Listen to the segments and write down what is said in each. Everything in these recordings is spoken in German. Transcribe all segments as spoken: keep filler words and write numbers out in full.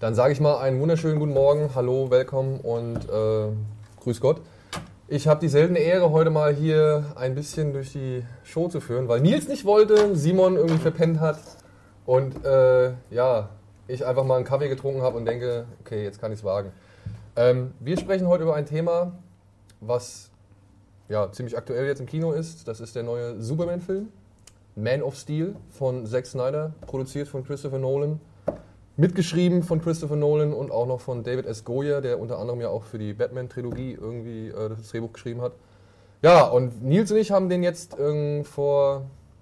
Dann sage ich mal einen wunderschönen guten Morgen, hallo, willkommen und äh, grüß Gott. Ich habe die seltene Ehre, heute mal hier ein bisschen durch die Show zu führen, weil Nils nicht wollte, Simon irgendwie verpennt hat und äh, ja, ich einfach mal einen Kaffee getrunken habe und denke, okay, jetzt kann ich es wagen. Ähm, wir sprechen heute über ein Thema, was ja, ziemlich aktuell jetzt im Kino ist. Das ist der neue Superman-Film, Man of Steel von Zack Snyder, produziert von Christopher Nolan. Mitgeschrieben von Christopher Nolan und auch noch von David S. Goyer, der unter anderem ja auch für die Batman-Trilogie irgendwie äh, das Drehbuch geschrieben hat. Ja, und Nils und ich haben den jetzt ähm, vor...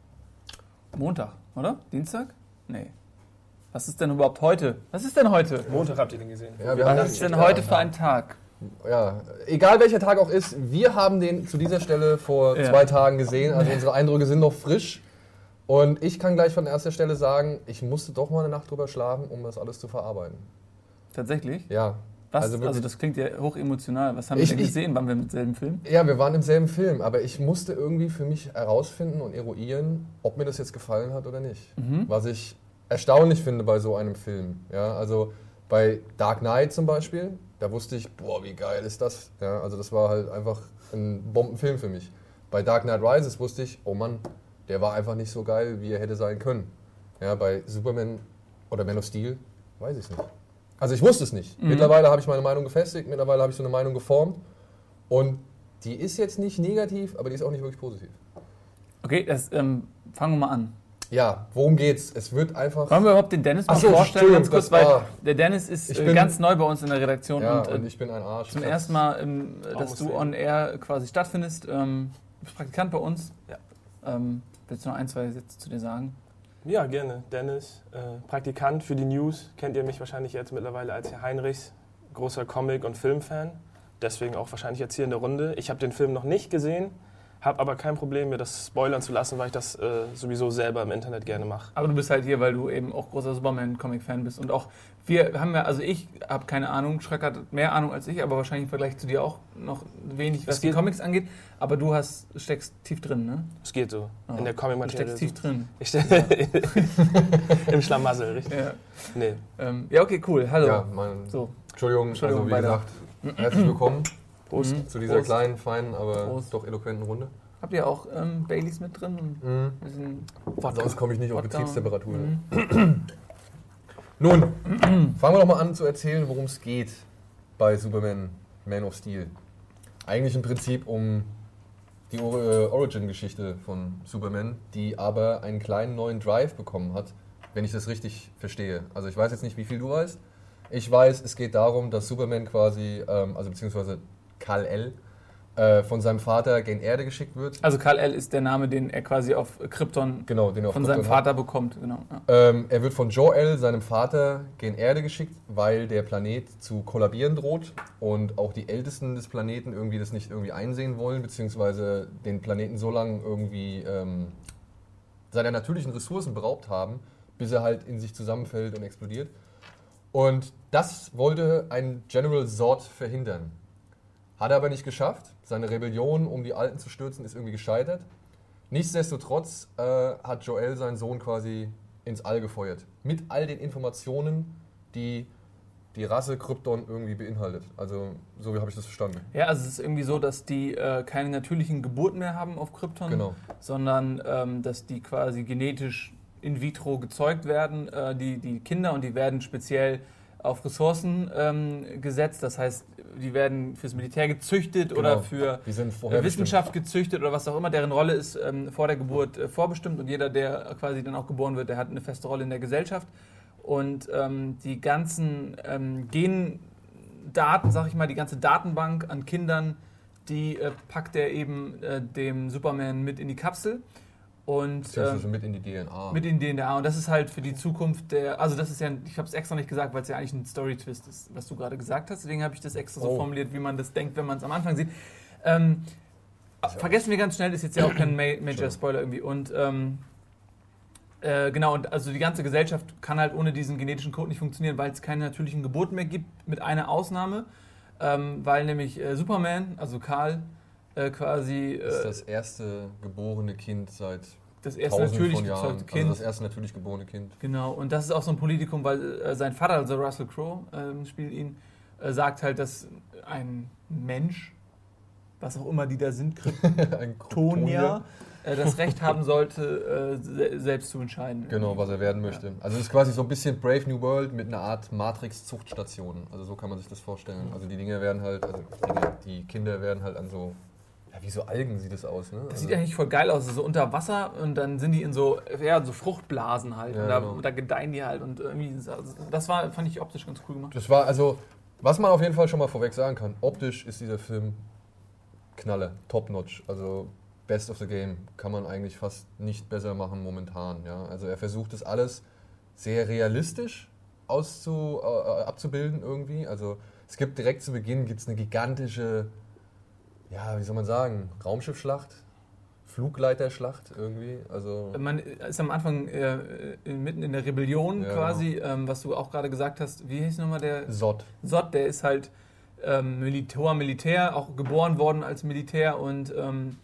Montag, oder? Dienstag? Nee. Was ist denn überhaupt heute? Was ist denn heute? Montag habt ihr den gesehen. Ja, wir Was haben ist denn heute für ein Tag? Ja, egal welcher Tag auch ist, wir haben den zu dieser Stelle vor Ja. zwei Tagen gesehen, also unsere Eindrücke sind noch frisch. Und ich kann gleich von erster Stelle sagen, ich musste doch mal eine Nacht drüber schlafen, um das alles zu verarbeiten. Tatsächlich? Ja. Was? Also Also, wirklich- das klingt ja hoch emotional. Was haben Ich- wir denn ich- gesehen? Waren wir im selben Film? Ja, wir waren im selben Film, aber ich musste irgendwie für mich herausfinden und eruieren, ob mir das jetzt gefallen hat oder nicht. Mhm. Was ich erstaunlich finde bei so einem Film. Ja, also bei Dark Knight zum Beispiel, da wusste ich, boah, wie geil ist das? Ja, also das war halt einfach ein Bombenfilm für mich. Bei Dark Knight Rises wusste ich, oh Mann, der war einfach nicht so geil, wie er hätte sein können. Ja, bei Superman oder Man of Steel weiß ich es nicht. Also ich wusste es nicht. Mhm. Mittlerweile habe ich meine Meinung gefestigt, mittlerweile habe ich so eine Meinung geformt. Und die ist jetzt nicht negativ, aber die ist auch nicht wirklich positiv. Okay, das, ähm, fangen wir mal an. Ja, worum geht's? Es wird einfach... Wollen wir überhaupt den Dennis mal Ach so, vorstellen, ganz kurz, Entschuldigung, weil das war- der Dennis ist Ich äh, bin- ganz neu bei uns in der Redaktion Ja, und, äh, und ich bin ein Arsch. zum Ich hab's- ersten Mal, ähm, Auch dass muss du sehen. on air quasi stattfindest. Ähm, du bist Praktikant bei uns. Ja. Ähm, willst du noch ein, zwei Sätze zu dir sagen? Ja, gerne. Dennis, äh, Praktikant für die News. Kennt ihr mich wahrscheinlich jetzt mittlerweile als Herr Heinrichs, großer Comic- und Filmfan. Deswegen auch wahrscheinlich jetzt hier in der Runde. Ich habe den Film noch nicht gesehen, habe aber kein Problem, mir das spoilern zu lassen, weil ich das äh, sowieso selber im Internet gerne mache. Aber du bist halt hier, weil du eben auch großer Superman-Comic-Fan bist. Und auch wir haben ja, also ich habe keine Ahnung, Schreck hat mehr Ahnung als ich, aber wahrscheinlich im Vergleich zu dir auch noch wenig, was Es die geht- Comics angeht. Aber du hast, steckst tief drin, ne? Es geht so. Ja. In der Du Comic-Materie. steckst tief drin. Ich steck im Schlamassel, richtig? Ja, Nee. ähm, ja okay, cool. Hallo. Ja, mein, So, Entschuldigung, Entschuldigung, also wie weiter. gesagt, herzlich willkommen Prost. zu dieser Prost. kleinen, feinen, aber Prost. doch eloquenten Runde. Habt ihr auch ähm, Baileys mit drin? Und Mhm. ein bisschen Wodka. Sonst komme ich nicht auf Wodka. Betriebstemperatur. Mhm. Nun, fangen wir doch mal an zu erzählen, worum es geht bei Superman Man of Steel. Eigentlich im Prinzip um die Or- äh, Origin-Geschichte von Superman, die aber einen kleinen neuen Drive bekommen hat, wenn ich das richtig verstehe. Also ich weiß jetzt nicht, wie viel du weißt. Ich weiß, es geht darum, dass Superman quasi, ähm, also beziehungsweise Kal-El, äh, von seinem Vater gen Erde geschickt wird. Also Kal-El ist der Name, den er quasi auf Krypton Genau, den er auf von seinem Krypton hat. Vater bekommt. Genau. Ja. Ähm, er wird von Jor-El, seinem Vater, gen Erde geschickt, weil der Planet zu kollabieren droht und auch die Ältesten des Planeten irgendwie das nicht irgendwie einsehen wollen, beziehungsweise den Planeten so lange irgendwie ähm, seiner natürlichen Ressourcen beraubt haben, bis er halt in sich zusammenfällt und explodiert. Und das wollte ein General Zod verhindern. Hat er aber nicht geschafft. Seine Rebellion, um die Alten zu stürzen, ist irgendwie gescheitert. Nichtsdestotrotz äh, hat Jor-El seinen Sohn quasi ins All gefeuert. Mit all den Informationen, die die Rasse Krypton irgendwie beinhaltet. Also so wie habe ich das verstanden. Ja, also es ist irgendwie so, dass die äh, keine natürlichen Geburten mehr haben auf Krypton, Genau. sondern ähm, dass die quasi genetisch in vitro gezeugt werden, äh, die, die Kinder, und die werden speziell auf Ressourcen ähm, gesetzt. Das heißt, die werden fürs Militär gezüchtet Genau. oder für Die sind vorher äh, Wissenschaft gezüchtet oder was auch immer. Deren Rolle ist ähm, vor der Geburt äh, vorbestimmt, und jeder, der quasi dann auch geboren wird, der hat eine feste Rolle in der Gesellschaft. Und ähm, die ganzen ähm, Gendaten, sag ich mal, die ganze Datenbank an Kindern, die äh, packt er eben äh, dem Superman mit in die Kapsel. Und beziehungsweise ähm, mit in die D N A. mit in die D N A. Und das ist halt für die Zukunft der, also das ist ja, ich habe es extra nicht gesagt, weil es ja eigentlich ein Story-Twist ist, was du gerade gesagt hast. Deswegen habe ich das extra so Oh. formuliert, wie man das denkt, wenn man es am Anfang sieht. Ähm, vergessen wir ganz schnell, ist jetzt ja auch kein Ma- Major Spoiler irgendwie. Und ähm, äh, genau, und also die ganze Gesellschaft kann halt ohne diesen genetischen Code nicht funktionieren, weil es keine natürlichen Geburten mehr gibt, mit einer Ausnahme. Ähm, weil nämlich äh, Superman, also Karl, äh, quasi... Äh, ist das erste geborene Kind seit das erste natürlich gezeugte Kind. Also das erste natürlich geborene Kind. Genau, und das ist auch so ein Politikum, weil äh, sein Vater, also Russell Crowe, äh, spielt ihn, äh, sagt halt, dass ein Mensch, was auch immer die da sind, Kryptonier, äh, das Recht haben sollte, äh, se- selbst zu entscheiden. Genau, was er werden möchte. Ja. Also es ist quasi so ein bisschen Brave New World mit einer Art Matrix-Zuchtstation. Also so kann man sich das vorstellen. Also die Dinge werden halt, also die, Dinge, die Kinder werden halt an so... Ja, wie so Algen sieht das aus, ne? Das also sieht eigentlich voll geil aus, so unter Wasser und dann sind die in so, ja, so Fruchtblasen halt. Ja, und da, genau. da gedeihen die halt und irgendwie, das war, fand ich optisch ganz cool gemacht. Das war also, was man auf jeden Fall schon mal vorweg sagen kann, optisch ist dieser Film Knalle, top-notch, also best of the game, kann man eigentlich fast nicht besser machen momentan. Ja? Also er versucht das alles sehr realistisch auszu, äh, abzubilden irgendwie, also es gibt direkt zu Beginn gibt's eine gigantische, ja, wie soll man sagen, Raumschiffschlacht, Flugleiterschlacht irgendwie. Also man ist am Anfang äh, mitten in der Rebellion ja, quasi, genau. ähm, was du auch gerade gesagt hast. Wie hieß nochmal der? Zod. Zod, der ist halt ähm, Militär, Militär, auch geboren worden als Militär und ähm,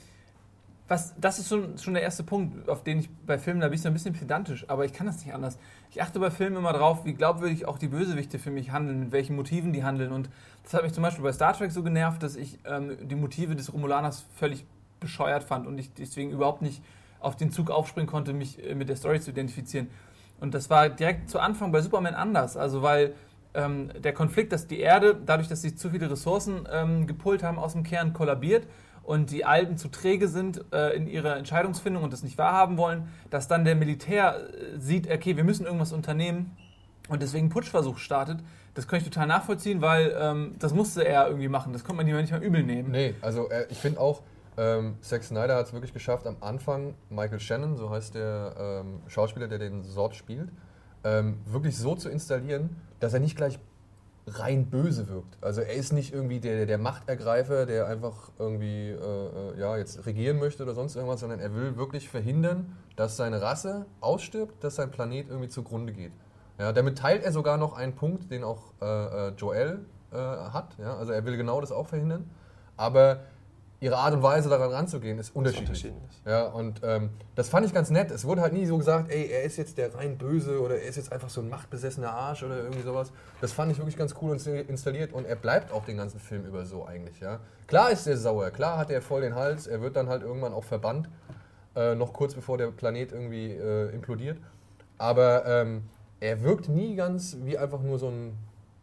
was, das ist schon, schon der erste Punkt, auf den ich bei Filmen, da bin ich so ein bisschen pedantisch, aber ich kann das nicht anders. Ich achte bei Filmen immer drauf, wie glaubwürdig auch die Bösewichte für mich handeln, mit welchen Motiven die handeln. Und das hat mich zum Beispiel bei Star Trek so genervt, dass ich ähm, die Motive des Romulaners völlig bescheuert fand und ich deswegen überhaupt nicht auf den Zug aufspringen konnte, mich äh, mit der Story zu identifizieren. Und das war direkt zu Anfang bei Superman anders, also weil ähm, der Konflikt, dass die Erde, dadurch, dass sie zu viele Ressourcen ähm, gepullt haben, aus dem Kern kollabiert, und die Alten zu träge sind äh, in ihrer Entscheidungsfindung und das nicht wahrhaben wollen, dass dann der Militär äh, sieht, okay, wir müssen irgendwas unternehmen und deswegen einen Putschversuch startet. Das kann ich total nachvollziehen, weil ähm, das musste er irgendwie machen. Das konnte man ihm nicht mal übel nehmen. Nee, also äh, ich finde auch, ähm, Zack Snyder hat es wirklich geschafft, am Anfang Michael Shannon, so heißt der ähm, Schauspieler, der den Zod spielt, ähm, wirklich so zu installieren, dass er nicht gleich rein böse wirkt. Also er ist nicht irgendwie der, der Machtergreifer, der einfach irgendwie äh, ja, jetzt regieren möchte oder sonst irgendwas, sondern er will wirklich verhindern, dass seine Rasse ausstirbt, dass sein Planet irgendwie zugrunde geht. Ja, damit teilt er sogar noch einen Punkt, den auch äh, Joel äh, hat. Ja? Also er will genau das auch verhindern. Aber ihre Art und Weise daran ranzugehen ist unterschiedlich. unterschiedlich. Ja, und ähm, das fand ich ganz nett. Es wurde halt nie so gesagt, ey, er ist jetzt der rein Böse oder er ist jetzt einfach so ein machtbesessener Arsch oder irgendwie sowas. Das fand ich wirklich ganz cool und installiert und er bleibt auch den ganzen Film über so eigentlich. Ja. Klar ist er sauer, klar hat er voll den Hals, er wird dann halt irgendwann auch verbannt, äh, noch kurz bevor der Planet irgendwie äh, implodiert. Aber ähm, er wirkt nie ganz wie einfach nur so ein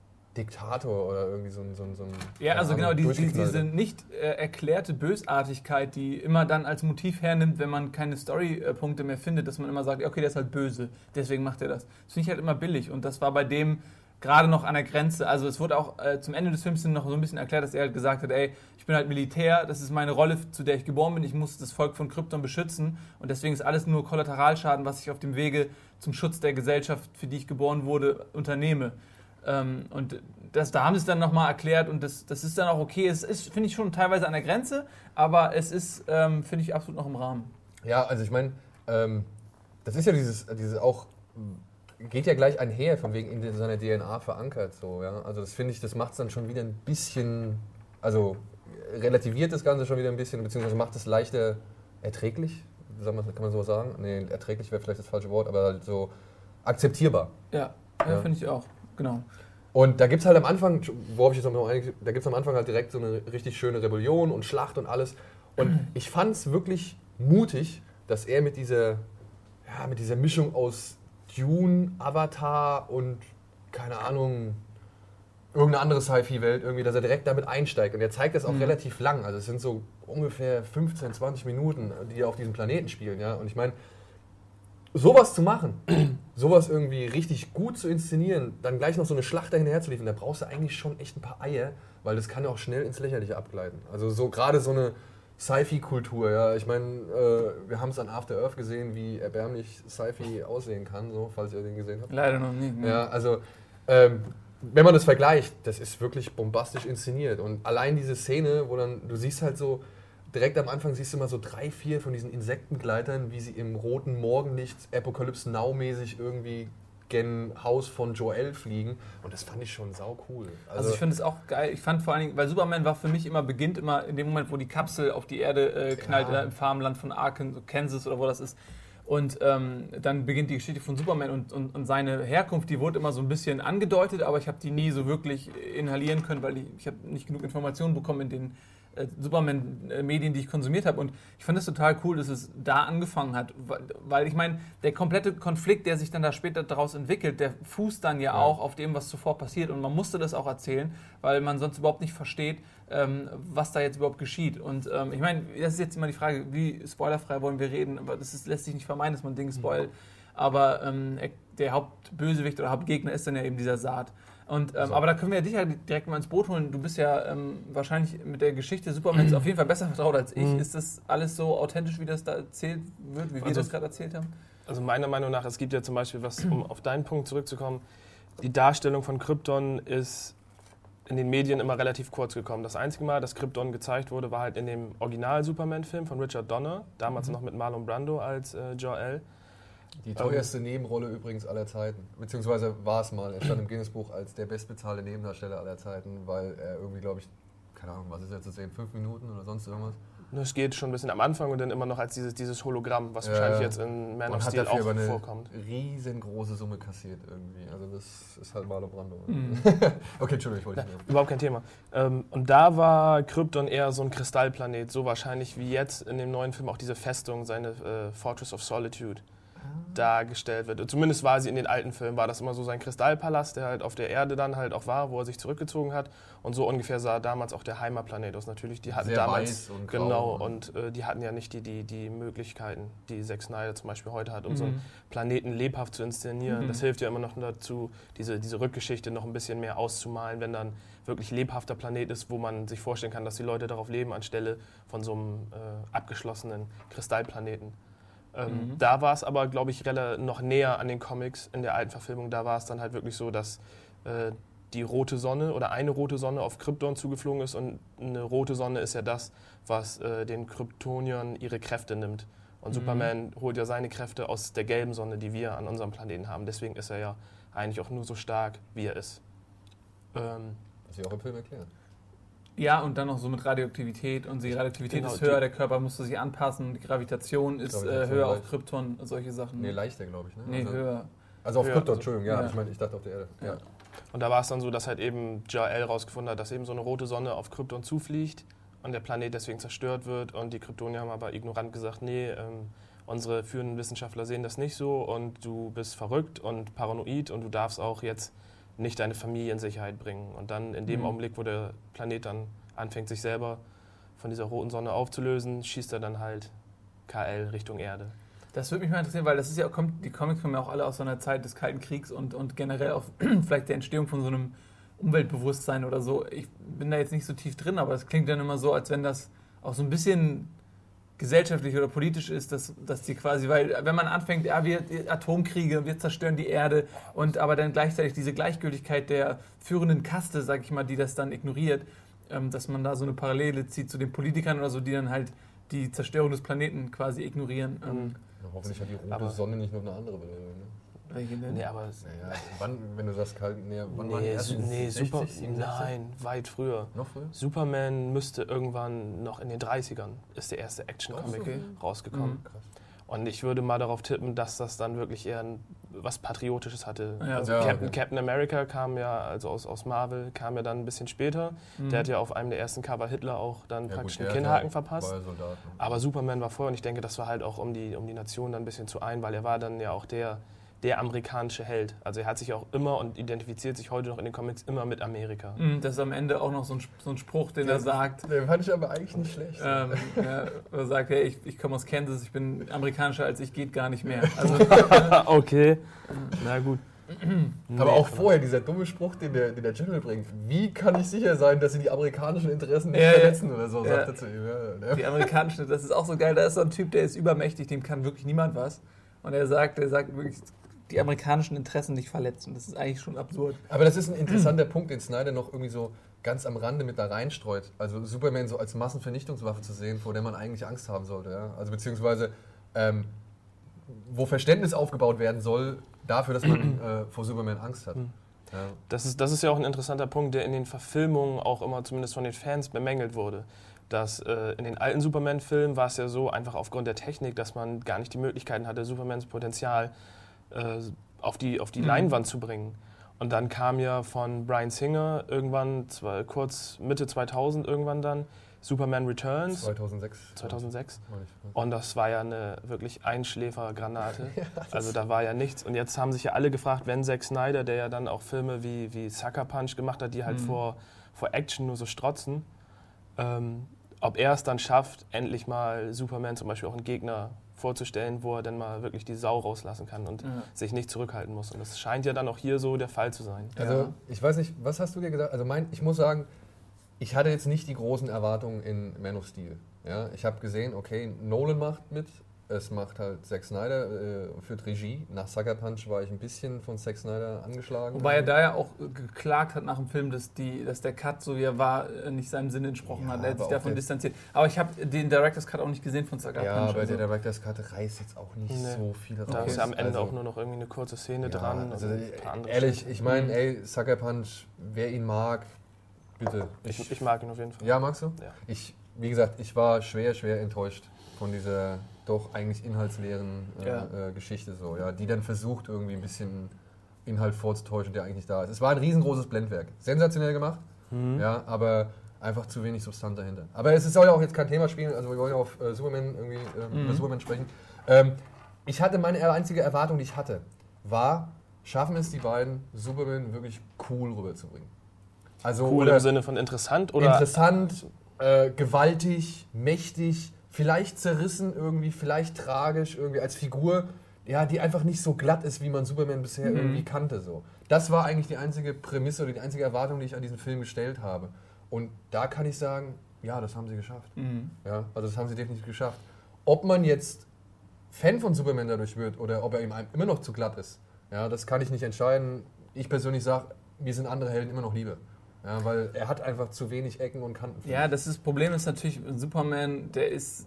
Diktator oder irgendwie so ein... So ein, so ein ja, also genau, die, die, diese nicht äh, erklärte Bösartigkeit, die immer dann als Motiv hernimmt, wenn man keine Storypunkte mehr findet, dass man immer sagt, okay, der ist halt böse, deswegen macht er das. Das finde ich halt immer billig und das war bei dem gerade noch an der Grenze. Also es wurde auch äh, zum Ende des Films noch so ein bisschen erklärt, dass er halt gesagt hat, ey, ich bin halt Militär, das ist meine Rolle, zu der ich geboren bin, ich muss das Volk von Krypton beschützen und deswegen ist alles nur Kollateralschaden, was ich auf dem Wege zum Schutz der Gesellschaft, für die ich geboren wurde, unternehme. Ähm, und das, da haben sie es dann nochmal erklärt und das, das ist dann auch okay. Es ist, finde ich, schon teilweise an der Grenze, aber es ist, ähm, finde ich, absolut noch im Rahmen. Ja, also ich meine, ähm, das ist ja dieses, dieses auch, geht ja gleich einher, von wegen in seiner D N A verankert. So, ja? Also das finde ich, das macht es dann schon wieder ein bisschen, also relativiert das Ganze schon wieder ein bisschen, beziehungsweise macht es leichter erträglich, kann man so sagen? Nee, erträglich wäre vielleicht das falsche Wort, aber halt so akzeptierbar. Ja, ja, ja. Finde ich auch. Genau. Und da gibt es halt am Anfang, worauf ich jetzt noch einige, da gibt es am Anfang halt direkt so eine richtig schöne Rebellion und Schlacht und alles. Und ich fand es wirklich mutig, dass er mit dieser, ja, mit dieser Mischung aus Dune, Avatar und, keine Ahnung, irgendeine andere Sci-Fi-Welt irgendwie, dass er direkt damit einsteigt. Und er zeigt das auch mhm. relativ lang. Also es sind so ungefähr fünfzehn, zwanzig Minuten, die auf diesem Planeten spielen. Ja? Und ich meine, sowas zu machen, sowas irgendwie richtig gut zu inszenieren, dann gleich noch so eine Schlacht dahinterher zu liefern, da brauchst du eigentlich schon echt ein paar Eier, weil das kann ja auch schnell ins Lächerliche abgleiten. Also so gerade so eine Sci-Fi-Kultur, ja. Ich meine, äh, wir haben es an After Earth gesehen, wie erbärmlich Sci-Fi aussehen kann, so, falls ihr den gesehen habt. Leider noch nicht. Ne? Ja, also ähm, wenn man das vergleicht, das ist wirklich bombastisch inszeniert und allein diese Szene, wo dann, du siehst halt so, direkt am Anfang siehst du mal so drei, vier von diesen Insektengleitern, wie sie im roten Morgenlicht Apocalypse Now-mäßig irgendwie gen Haus von Joel fliegen. Und das fand ich schon sau cool. Also, also ich finde es auch geil. Ich fand vor allen Dingen, weil Superman war für mich immer, beginnt immer in dem Moment, wo die Kapsel auf die Erde äh, knallt, ja. Im Farmland von Arkansas, Kansas oder wo das ist. Und ähm, dann beginnt die Geschichte von Superman und, und, und seine Herkunft, die wurde immer so ein bisschen angedeutet, aber ich habe die nie so wirklich inhalieren können, weil ich, ich habe nicht genug Informationen bekommen in den äh, Superman-Medien, die ich konsumiert habe. Und ich fand es total cool, dass es da angefangen hat, weil, weil ich meine, der komplette Konflikt, der sich dann da später daraus entwickelt, der fußt dann ja, ja auch auf dem, was zuvor passiert. Und man musste das auch erzählen, weil man sonst überhaupt nicht versteht, ähm, was da jetzt überhaupt geschieht. Und ähm, ich meine, das ist jetzt immer die Frage, wie spoilerfrei wollen wir reden, aber das ist, lässt sich nicht vermeiden, dass man Dinge spoilt. Aber ähm, der Hauptbösewicht oder Hauptgegner ist dann ja eben dieser Saad. Und, ähm, so. Aber da können wir ja dich ja direkt mal ins Boot holen. Du bist ja ähm, wahrscheinlich mit der Geschichte Supermans auf jeden Fall besser vertraut als ich. Mhm. Ist das alles so authentisch, wie das da erzählt wird, wie wir also, das gerade erzählt haben? Also meiner Meinung nach, es gibt ja zum Beispiel, was, um auf deinen Punkt zurückzukommen, die Darstellung von Krypton ist in den Medien immer relativ kurz gekommen. Das einzige Mal, dass Krypton gezeigt wurde, war halt in dem Original-Superman-Film von Richard Donner, damals mhm. noch mit Marlon Brando als äh, Jor-El. Die teuerste ähm, Nebenrolle übrigens aller Zeiten. Beziehungsweise war es mal. Er stand im Guinness-Buch als der bestbezahlte Nebendarsteller aller Zeiten, weil er irgendwie, glaube ich, keine Ahnung, was ist jetzt zu sehen, fünf Minuten oder sonst irgendwas? Es geht schon ein bisschen am Anfang und dann immer noch als dieses, dieses Hologramm, was ja, wahrscheinlich jetzt in Man of Steel auch aber vorkommt. Eine riesengroße Summe kassiert irgendwie. Also das ist halt Marlon Brando. Mhm. Okay, Entschuldigung, ich wollte nicht mehr. Überhaupt kein Thema. Und da war Krypton eher so ein Kristallplanet, so wahrscheinlich wie jetzt in dem neuen Film auch diese Festung, seine äh, Fortress of Solitude dargestellt wird. Und zumindest war sie in den alten Filmen, war das immer so sein Kristallpalast, der halt auf der Erde dann halt auch war, wo er sich zurückgezogen hat. Und so ungefähr sah damals auch der Heimatplanet aus. Natürlich, die hatten Sehr damals weiß und genau und äh, die hatten ja nicht die, die, die Möglichkeiten, die Zack Snyder zum Beispiel heute hat, um mhm. so einen Planeten lebhaft zu inszenieren. Mhm. Das hilft ja immer noch dazu, diese, diese Rückgeschichte noch ein bisschen mehr auszumalen, wenn dann wirklich lebhafter Planet ist, wo man sich vorstellen kann, dass die Leute darauf leben, anstelle von so einem äh, abgeschlossenen Kristallplaneten. Ähm, mhm. Da war es aber, glaube ich, noch näher an den Comics in der alten Verfilmung. Da war es dann halt wirklich so, dass äh, die rote Sonne oder eine rote Sonne auf Krypton zugeflogen ist. Und eine rote Sonne ist ja das, was äh, den Kryptoniern ihre Kräfte nimmt. Und mhm. Superman holt ja seine Kräfte aus der gelben Sonne, die wir an unserem Planeten haben. Deswegen ist er ja eigentlich auch nur so stark, wie er ist. Ähm, das ist ja auch im Film erklärt. Ja, und dann noch so mit Radioaktivität. Und die Radioaktivität Genau, ist höher, die- der Körper musste sich anpassen, die Gravitation ist Gravitation äh, höher leicht. auf Krypton, solche Sachen. Nee, leichter, glaube ich. Ne? Nee, also, höher. Also auf Höher, Krypton, also- Entschuldigung, ja, ja. Ich meine, ich dachte auf der Erde. Ja. Ja. Und da war es dann so, dass halt eben Jor-El rausgefunden hat, dass eben so eine rote Sonne auf Krypton zufliegt und der Planet deswegen zerstört wird. Und die Kryptonier haben aber ignorant gesagt, nee, ähm, unsere führenden Wissenschaftler sehen das nicht so und du bist verrückt und paranoid und du darfst auch jetzt nicht deine Familie in Sicherheit bringen. Und dann in dem Mhm. Augenblick, wo der Planet dann anfängt, sich selber von dieser roten Sonne aufzulösen, schießt er dann halt K L Richtung Erde. Das würde mich mal interessieren, weil das ist ja, kommt, die Comics kommen ja auch alle aus so einer Zeit des Kalten Kriegs und, und generell auf vielleicht der Entstehung von so einem Umweltbewusstsein oder so. Ich bin da jetzt nicht so tief drin, aber es klingt dann immer so, als wenn das auch so ein bisschen gesellschaftlich oder politisch ist, dass, dass die quasi, weil wenn man anfängt, ja, wir Atomkriege, wir zerstören die Erde und aber dann gleichzeitig diese Gleichgültigkeit der führenden Kaste, sag ich mal, die das dann ignoriert, ähm, dass man da so eine Parallele zieht zu den Politikern oder so, die dann halt die Zerstörung des Planeten quasi ignorieren. Ähm, Ja, hoffentlich hat die rote Aber- Sonne nicht noch eine andere Bedeutung. Ne? welche denn? Nee, aber Naja, wann, wenn du sagst kalt, nee, wann waren die nee, ersten? su- nee super, sechzig, siebenundsechzig? nein, weit früher. Noch früher? Superman müsste irgendwann noch in den dreißigern, ist der erste Action-Comic Ach so. Okay. rausgekommen. Mhm. Krass. Und ich würde mal darauf tippen, dass das dann wirklich eher ein, was Patriotisches hatte. Ja, also ja, Captain, okay. Captain America kam ja, also aus, aus Marvel, kam ja dann ein bisschen später. Mhm. Der hat ja auf einem der ersten Cover Hitler auch dann Ja, praktisch gut, einen der Kinnhaken hat ja- verpasst. War ja Soldat. Ne? Aber Superman war vorher und ich denke, das war halt auch um die, um die Nation dann ein bisschen zu ein, weil er war dann ja auch der, der amerikanische Held. Also er hat sich auch immer und identifiziert sich heute noch in den Comics immer mit Amerika. Mhm, das ist am Ende auch noch so ein, so ein Spruch, den er sagt. Den fand ich aber eigentlich nicht schlecht. Ähm, ja, er sagt, hey, ich, ich komme aus Kansas, ich bin amerikanischer als ich, geht gar nicht mehr. Also, Okay, na gut. aber auch vorher dieser dumme Spruch, den der, den der General bringt. Wie kann ich sicher sein, dass sie die amerikanischen Interessen nicht Ja, ja. verletzen oder so, Ja. sagt er zu ihm. Ja, ne? die amerikanischen, das ist auch so geil, da ist so ein Typ, der ist übermächtig, dem kann wirklich niemand was. Und er sagt, er sagt wirklich, die amerikanischen Interessen nicht verletzen. Das ist eigentlich schon absurd. Aber das ist ein interessanter Punkt, den Snyder noch irgendwie so ganz am Rande mit da reinstreut. Also Superman so als Massenvernichtungswaffe zu sehen, vor der man eigentlich Angst haben sollte. Ja? Also beziehungsweise, ähm, wo Verständnis aufgebaut werden soll dafür, dass man äh, vor Superman Angst hat. Mhm. Ja. Das ist, das ist ja auch ein interessanter Punkt, der in den Verfilmungen auch immer, zumindest von den Fans, bemängelt wurde. dass äh, in den alten Superman-Filmen war es ja so, einfach aufgrund der Technik, dass man gar nicht die Möglichkeiten hatte, Supermans Potenzial äh, auf die, auf die mhm. Leinwand zu bringen. Und dann kam ja von Bryan Singer irgendwann, zwar kurz Mitte zweitausend irgendwann dann, Superman Returns. zweitausendsechs. zweitausendsechs. Und das war ja eine wirklich Einschläfergranate. Ja, also da war ja nichts. Und jetzt haben sich ja alle gefragt, wenn Zack Snyder, der ja dann auch Filme wie, wie Sucker Punch gemacht hat, die halt mhm. vor, vor Action nur so strotzen, ähm, ob er es dann schafft, endlich mal Superman zum Beispiel auch einen Gegner vorzustellen, wo er dann mal wirklich die Sau rauslassen kann und ja. sich nicht zurückhalten muss. Und das scheint ja dann auch hier so der Fall zu sein. Also ja. ich weiß nicht, was hast du dir gesagt? Also mein, ich muss sagen, ich hatte jetzt nicht die großen Erwartungen in Man of Steel. Ja, ich habe gesehen, okay, Nolan macht mit, es macht halt Zack Snyder, äh, führt Regie. Nach Sucker Punch war ich ein bisschen von Zack Snyder angeschlagen. Wobei er da ja auch geklagt hat nach dem Film, dass, die, dass der Cut, so wie er war, nicht seinem Sinn entsprochen ja, hat. Er hat sich davon distanziert. Aber ich habe den Director's Cut auch nicht gesehen von Sucker ja, Punch. Ja, aber also. der Director's Cut reißt jetzt auch nicht nee. so viel raus. Da ist ja am Ende also, auch nur noch irgendwie eine kurze Szene ja, dran. Also, ehrlich, Stellen. Ich meine, ey, Sucker Punch, wer ihn mag, bitte. Ich, ich, ich mag ihn auf jeden Fall. Ja, magst du? Ja. Ich, wie gesagt, ich war schwer, schwer enttäuscht von dieser doch eigentlich inhaltsleeren äh, ja. äh, Geschichte, so, ja, die dann versucht, irgendwie ein bisschen Inhalt vorzutäuschen, der eigentlich nicht da ist. Es war ein riesengroßes Blendwerk. Sensationell gemacht, mhm. ja, aber einfach zu wenig Substanz dahinter. Aber es soll ja auch jetzt kein Thema spielen, also wir wollen ja auf äh, Superman irgendwie äh, mhm. über Superman sprechen. Ähm, ich hatte, meine einzige Erwartung, die ich hatte, war, schaffen es die beiden, Superman wirklich cool rüberzubringen. Also, cool im Sinne von interessant? Oder interessant, äh, gewaltig, mächtig, vielleicht zerrissen irgendwie, vielleicht tragisch irgendwie als Figur, ja, die einfach nicht so glatt ist, wie man Superman bisher mhm. irgendwie kannte. So. Das war eigentlich die einzige Prämisse oder die einzige Erwartung, die ich an diesen Film gestellt habe. Und da kann ich sagen, ja, das haben sie geschafft. Mhm. Ja, also das haben sie definitiv geschafft. Ob man jetzt Fan von Superman dadurch wird oder ob er ihm immer noch zu glatt ist, ja, das kann ich nicht entscheiden. Ich persönlich sage, mir sind andere Helden immer noch Liebe. Ja, weil er hat einfach zu wenig Ecken und Kanten. Ja, das, ist, das Problem ist natürlich, Superman, der ist,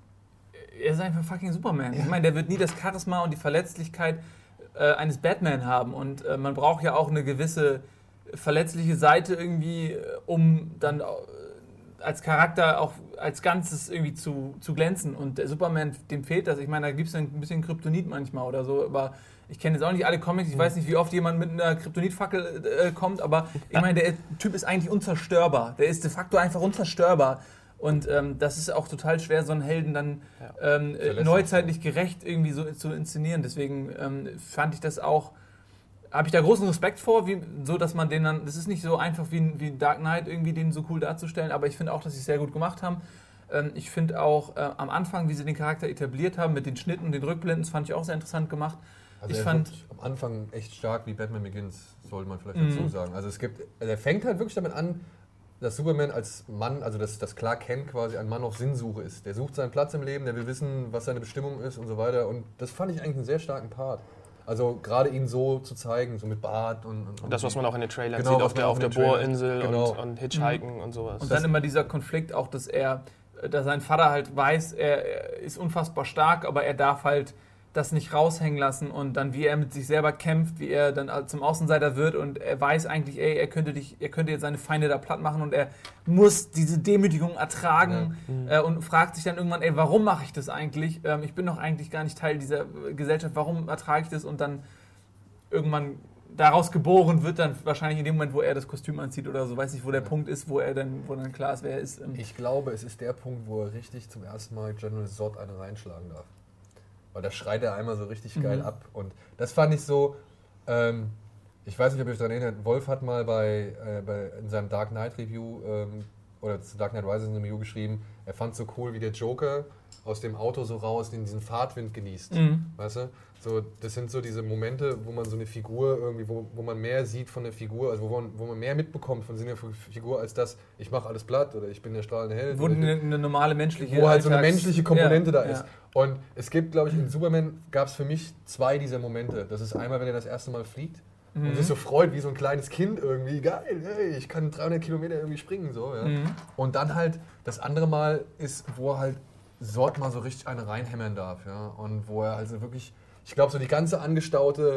er ist einfach fucking Superman. Ja. Ich meine, der wird nie das Charisma und die Verletzlichkeit äh, eines Batman haben. Und äh, man braucht ja auch eine gewisse verletzliche Seite irgendwie, um dann äh, als Charakter auch als Ganzes irgendwie zu, zu glänzen. Und der Superman, dem fehlt das. Ich meine, da gibt es ein bisschen Kryptonit manchmal oder so, aber ich kenne jetzt auch nicht alle Comics, ich weiß nicht, wie oft jemand mit einer Kryptonitfackel äh, kommt, aber ich meine, der Typ ist eigentlich unzerstörbar. Der ist de facto einfach unzerstörbar. Und ähm, das ist auch total schwer, so einen Helden dann ähm, neuzeitlich gerecht irgendwie so zu inszenieren. Deswegen ähm, fand ich das auch, habe ich da großen Respekt vor, wie, so dass man den dann, das ist nicht so einfach wie, wie Dark Knight irgendwie den so cool darzustellen, aber ich finde auch, dass sie es sehr gut gemacht haben. Ähm, ich finde auch äh, am Anfang, wie sie den Charakter etabliert haben, mit den Schnitten und den Rückblenden, das fand ich auch sehr interessant gemacht. Also ich er fand am Anfang echt stark wie Batman Begins, sollte man vielleicht dazu sagen. Also es gibt, er fängt halt wirklich damit an, dass Superman als Mann, also dass, dass Clark Kent quasi ein Mann auf Sinnsuche ist. Der sucht seinen Platz im Leben, der will wissen, was seine Bestimmung ist und so weiter. Und das fand ich eigentlich einen sehr starken Part. Also gerade ihn so zu zeigen, so mit Bart und... Und, und das, was man auch in den Trailern genau, sieht, auf der, auf der Bohrinsel genau. und, und Hitchhiken mhm. und sowas. Und dann immer dieser Konflikt auch, dass er, dass sein Vater halt weiß, er, er ist unfassbar stark, aber er darf halt das nicht raushängen lassen und dann wie er mit sich selber kämpft, wie er dann zum Außenseiter wird und er weiß eigentlich, ey, er könnte dich, er könnte jetzt seine Feinde da platt machen und er muss diese Demütigung ertragen ja. mhm. äh, und fragt sich dann irgendwann, ey, warum mache ich das eigentlich? Ähm, ich bin doch eigentlich gar nicht Teil dieser Gesellschaft, warum ertrage ich das? Und dann irgendwann daraus geboren wird dann wahrscheinlich in dem Moment, wo er das Kostüm anzieht oder so, weiß nicht, wo der ja. Punkt ist, wo er dann, wo dann klar ist, wer er ist. Ähm. Ich glaube, es ist der Punkt, wo er richtig zum ersten Mal General Zod eine reinschlagen darf. Weil da schreit er einmal so richtig mhm. geil ab. Und das fand ich so, ähm, ich weiß nicht, ob ihr euch daran erinnert, Wolf hat mal bei, äh, bei in seinem Dark Knight Review ähm, oder zu Dark Knight Rises in einem Review geschrieben, er fand so cool, wie der Joker aus dem Auto so raus in diesen Fahrtwind genießt. Mhm. Weißt du? So, das sind so diese Momente, wo man so eine Figur irgendwie, wo, wo man mehr sieht von der Figur, also wo man, wo man mehr mitbekommt von der Figur, als das, ich mache alles platt oder ich bin der strahlende Held. Wo eine, eine normale menschliche Wo halt so eine menschliche Komponente ja, da ist. Ja. Und es gibt, glaube ich, in Superman gab es für mich zwei dieser Momente. Das ist einmal, wenn er das erste Mal fliegt mhm. und sich so freut, wie so ein kleines Kind irgendwie, geil, hey, ich kann dreihundert Kilometer irgendwie springen. So, ja. Mhm. Und dann halt, das andere Mal ist, wo er halt Zod mal so richtig eine reinhämmern darf. Ja. Und wo er also wirklich, ich glaube, so die ganze angestaute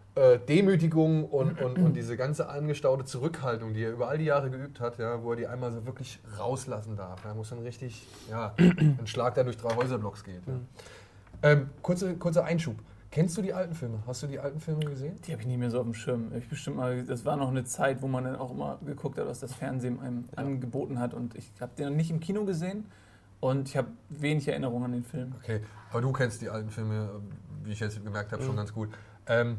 äh, Demütigung und, und, und diese ganze angestaute Zurückhaltung, die er über all die Jahre geübt hat, ja, wo er die einmal so wirklich rauslassen darf. Er muss dann richtig, ja, ein Schlag, der durch drei Häuserblocks geht. Ja. Ähm, kurze, kurzer Einschub. Kennst du die alten Filme? Hast du die alten Filme gesehen? Die habe ich nicht mehr so auf dem Schirm. Ich bestimmt mal, das war noch eine Zeit, wo man dann auch immer geguckt hat, was das Fernsehen einem ja. angeboten hat. Und ich habe den noch nicht im Kino gesehen und ich habe wenig Erinnerung an den Film. Okay, aber du kennst die alten Filme, wie ich jetzt gemerkt habe, mhm. schon ganz gut. Ähm,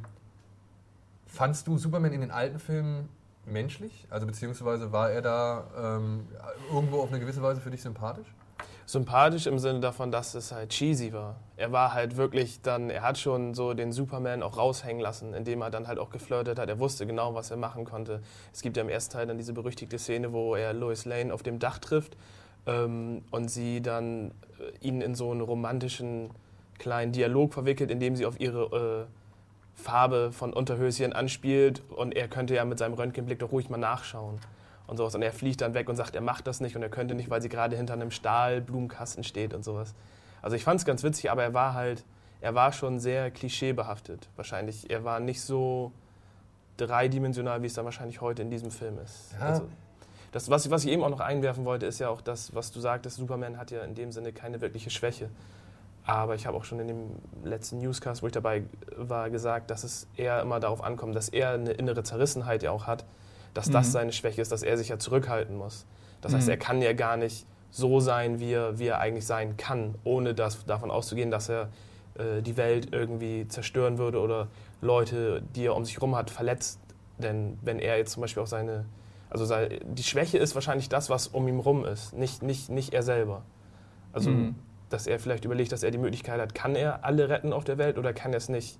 fandst du Superman in den alten Filmen menschlich? Also beziehungsweise war er da ähm, irgendwo auf eine gewisse Weise für dich sympathisch? Sympathisch im Sinne davon, dass es halt cheesy war. Er war halt wirklich dann, er hat schon so den Superman auch raushängen lassen, indem er dann halt auch geflirtet hat. Er wusste genau, was er machen konnte. Es gibt ja im ersten Teil dann diese berüchtigte Szene, wo er Lois Lane auf dem Dach trifft ähm, und sie dann äh, ihn in so einen romantischen kleinen Dialog verwickelt, indem sie auf ihre äh, Farbe von Unterhöschen anspielt und er könnte ja mit seinem Röntgenblick doch ruhig mal nachschauen. Und sowas. Und er fliegt dann weg und sagt, er macht das nicht und er könnte nicht, weil sie gerade hinter einem Stahlblumenkasten steht und sowas. Also ich fand es ganz witzig, aber er war halt, er war schon sehr klischeebehaftet wahrscheinlich. Er war nicht so dreidimensional, wie es dann wahrscheinlich heute in diesem Film ist. Ja. Also das, was, was ich eben auch noch einwerfen wollte, ist ja auch das, was du sagtest, Superman hat ja in dem Sinne keine wirkliche Schwäche. Aber ich habe auch schon in dem letzten Newscast, wo ich dabei war, gesagt, dass es eher immer darauf ankommt, dass er eine innere Zerrissenheit ja auch hat, dass das mhm. seine Schwäche ist, dass er sich ja zurückhalten muss. Das heißt, mhm. er kann ja gar nicht so sein, wie er, wie er eigentlich sein kann, ohne das, davon auszugehen, dass er äh, die Welt irgendwie zerstören würde oder Leute, die er um sich herum hat, verletzt. Denn wenn er jetzt zum Beispiel auch seine... Also seine, die Schwäche ist wahrscheinlich das, was um ihn herum ist, nicht, nicht, nicht er selber. Also, mhm. dass er vielleicht überlegt, dass er die Möglichkeit hat, kann er alle retten auf der Welt oder kann er es nicht?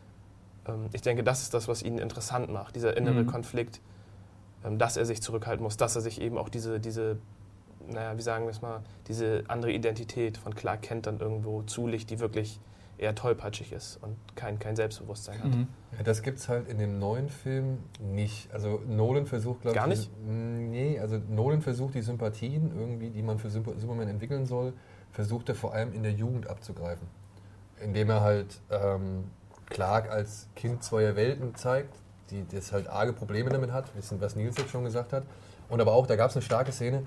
Ähm, ich denke, das ist das, was ihn interessant macht, dieser innere mhm. Konflikt, dass er sich zurückhalten muss, dass er sich eben auch diese, diese, naja, wie sagen wir es mal, diese andere Identität von Clark Kent dann irgendwo zulegt, die wirklich eher tollpatschig ist und kein, kein Selbstbewusstsein hat. Mhm. Ja, das gibt es halt in dem neuen Film nicht. Also Nolan versucht, glaube ich... Gar nicht? Die, nee, also Nolan versucht die Sympathien irgendwie, die man für Superman entwickeln soll, versucht er vor allem in der Jugend abzugreifen. Indem er halt ähm, Clark als Kind zweier Welten zeigt, die das halt arge Probleme damit hat, wissen, was Nils jetzt schon gesagt hat. Und aber auch, da gab es eine starke Szene,